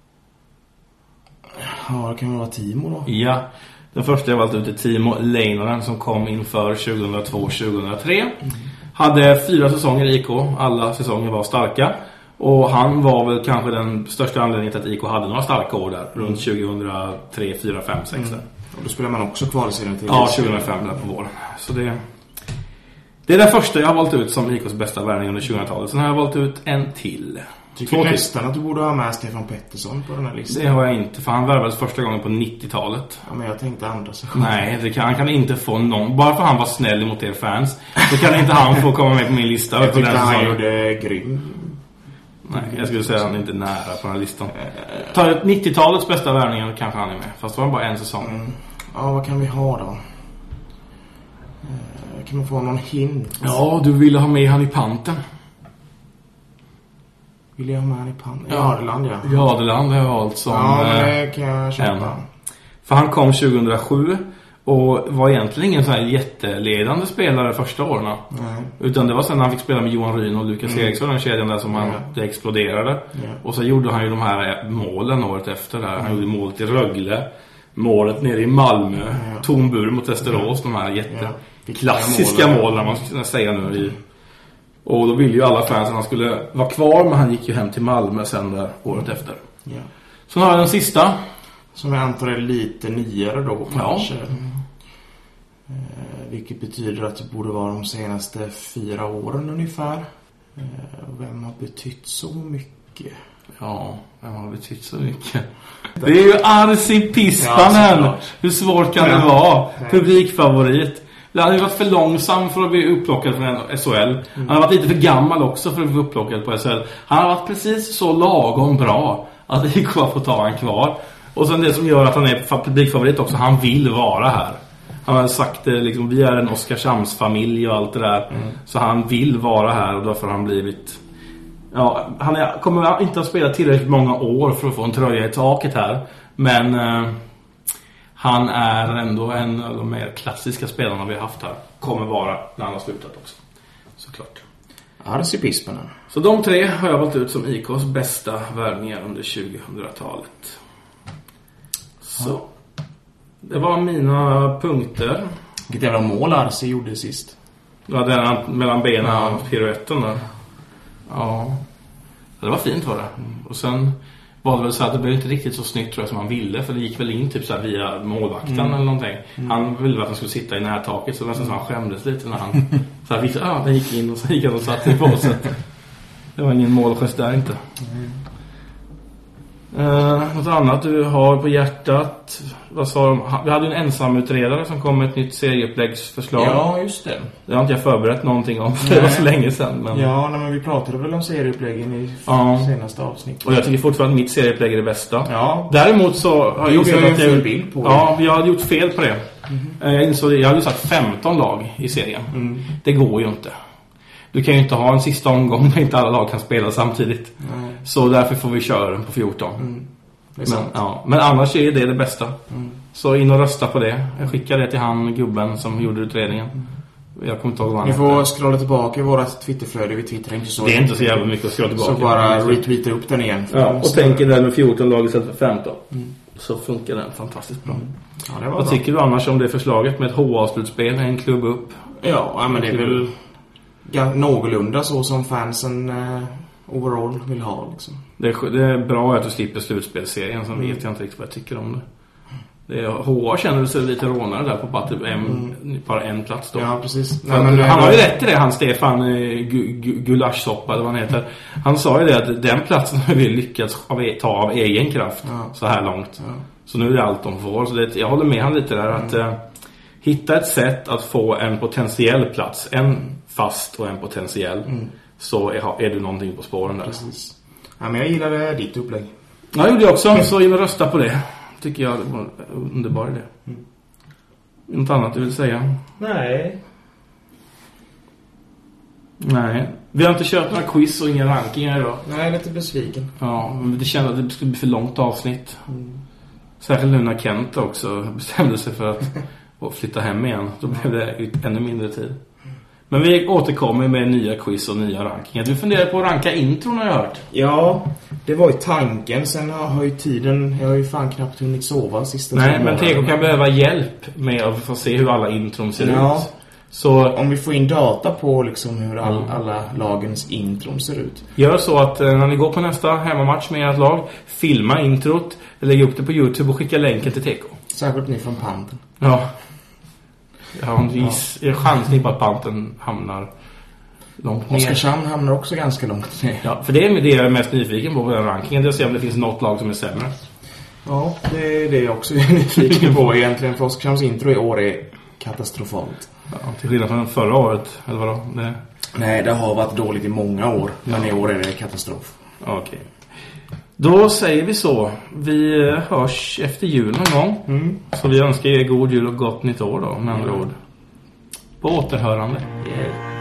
Ja, det kan vara Timo då. Ja, den första jag valt ut är Timo Leinonen som kom inför tjugohundratvå tjugohundratre. Mm. Hade fyra säsonger i I K, alla säsonger var starka. Och han var väl kanske den största anledningen till att I K hade några starka år där. Runt tjugohundratre, fyra, fem, sex. Mm. Och då spelar man också kvalserien till. Ja, tjugohundrafem där på våren. Så det, det är den första jag har valt ut som I K:s bästa värvning under tjugohundratalet. Sen har jag valt ut en till. Tycker du nästan att du borde ha med Stefan Pettersson på den här listan? Det har jag inte, för han värvades första gången på nittiotalet. Ja, men jag tänkte andra så. Nej, det kan, han kan inte få någon. Bara för han var snäll mot er fans, så kan inte han få komma med på min lista. Jag tyckte han gjorde grym. Nej, jag skulle säga att han är inte nära på den här listan. Ta nittiotalets bästa värvningar kanske han är med. Fast det var bara en säsong. Mm. Ja, vad kan vi ha då? Kan man få någon hint? Ja, du ville ha med han i panten. Vill jag ha med han i panten? Ja, Adeland, ja. Ja, Adeland har jag valt som ja, det kan jag köpa. En. För han kom tjugohundrasju och var egentligen ingen sån här jätteledande spelare första åren. Nej. Utan det var sen han fick spela med Johan Ryn och Lukas mm. Eriksson, den kedjan där som han ja. det exploderade. Ja. Och så gjorde han ju de här målen året efter där. Han mm. gjorde målet i Rögle, målet nere i Malmö, ja. Tornbur mot Västerås, ja. de här jätte ja. klassiska mål, mål man ska säga nu i. Och då ville ju alla fans att han skulle vara kvar, men han gick ju hem till Malmö sen där året mm. efter. Ja. Så har jag den sista. Som jag antar är lite nyare då kanske. Ja. Mm. Eh, vilket betyder att det borde vara de senaste fyra åren ungefär. Eh, vem har betytt så mycket? Ja, vem har betytt så mycket? Det är ju Arsi Pispanen. Ja, hur svårt kan ja. det vara? Publikfavorit. Det hade varit för långsam för att bli upplockad från S H L. Mm. Han har varit lite för gammal också för att bli upplockad på S H L. Han har varit precis så lagom bra att det går att få ta han kvar. Och sen det som gör att han är publikfavorit också, han vill vara här. Han har sagt det, liksom, vi är en Oskarshamns familj och allt det där. Mm. Så han vill vara här och därför har han blivit... Ja, han är, kommer inte att spela tillräckligt många år för att få en tröja i taket här. Men... Eh, han är ändå en av de mer klassiska spelarna vi har haft här. Kommer vara när han har slutat också. Såklart. Arsi Pispanen. Så de tre har jag valt ut som I K:s bästa värvningar under tjugohundratalet. Så. Ja. Det var mina punkter. Vilket jävla mål Arsi gjorde sist. Ja, den mellan benen ja. och piruetten där. Ja. Det var fint var det. Och sen... var det väl så att det blev inte riktigt så snyggt tror jag som han ville. För det gick väl in typ så här via målvakten mm. eller någonting. Mm. Han ville att han skulle sitta i närtaket. Så det var så att han skämdes lite när han så här visade, ja den gick in och så gick han och satt i båset. Det var ingen målgest där inte. Mm. Uh, något annat du har på hjärtat? Vad sa de? Vi hade en ensamutredare som kom med ett nytt serieuppläggsförslag. Ja, just det. Det har inte jag förberett någonting om. Det var så länge sedan. Men... Ja, nej, men vi pratade väl om serieuppläggen i ja. senaste avsnittet. Och jag tycker fortfarande att mitt serieupplägg är det bästa. Ja. Däremot så har jag gjort en full bild på det. Ja, vi har gjort fel på det. Mm. Jag insåg, jag hade sagt femton lag i serien. Mm. Det går ju inte. Du kan ju inte ha en sista omgång där inte alla lag kan spela samtidigt. Mm. Så därför får vi köra den på fjorton. Mm. Men, ja. Men annars är det det bästa. Mm. Så in och rösta på det. Jag skickar det till han gubben som gjorde utredningen. Mm. Jag kommer inte ihåg vad. Ni får scrolla tillbaka i våra Twitterflöde. Vi twittrar inte så. Det är inte så jävla mycket att scrolla tillbaka. Så bara retweeta upp den igen. Ja, och tänker den med fjorton lag istället för femton. Mm. Så funkar den fantastiskt bra. Mm. Ja, det var Vad bra. tycker du annars om det förslaget med ett H A-slutspel, en klubb upp? Ja, ja men det är väl ja, någorlunda så som fansen eh, overall vill ha liksom. Det är, det är bra att du slipper slutspelserien, som mm. vet jag inte riktigt vad jag tycker om det. Det är, H A känner sig lite rånare där på bara, typ en, mm. bara en plats då. Ja, precis. Nej, men han har ju rätt i det, han Stefan eh, gu, gu, Gulaschsoppa eller vad han heter. Han sa ju det att den platsen har vi lyckats av, ta av egen kraft ja. så här långt. Ja. Så nu är det allt de får. Så det, jag håller med han lite där mm. att eh, hitta ett sätt att få en potentiell plats, en fast och en potentiell, mm. så är, är du någonting på spåren där. Precis. Ja, men jag gillade ditt upplägg. Ja, jag gjorde också, så in och rösta på det. Tycker jag det var underbar idé. Mm. Något annat du vill säga? Nej. Nej. Vi har inte kört några quiz och inga rankingar idag. Nej, lite besviken. Ja, men det kände att det skulle bli för långt avsnitt. Mm. Särskilt nu när Kent också bestämde sig för att flytta hem igen. Då blev det ännu mindre tid. Men vi återkommer med nya quiz och nya rankingar. Du funderar på att ranka intron, har jag hört. Ja, det var ju tanken. Sen har ju tiden, jag har ju fan knappt hunnit sova sista Nej, men T K kan behöva hjälp med att få se hur alla intron ser ja. ut. Så om vi får in data på liksom hur all, alla lagens intron ser ut. Gör så att när ni går på nästa hemmamatch med ert lag, filma introt, lägg upp det på YouTube och skicka länken till T K. Särskilt ni från Panten. Ja. Jag har en viss ja. chansning på att Panten hamnar långt ner. Oskarshamn hamnar också ganska långt ner. Ja, för det är det jag är mest nyfiken på på den rankingen. Det är att se om det finns något lag som är sämre. Ja, det är det jag också är nyfiken på egentligen. För Oskarshamns intro i år är katastrofalt. Ja, till skillnad från förra året, eller vadå? Det... Nej, det har varit dåligt i många år. Men ja. i år är det katastrof. Okej. Okay. Då säger vi så. Vi hörs efter jul någon gång. Mm. Så vi önskar er god jul och gott nytt år då, med andra ord. På återhörande. Yeah.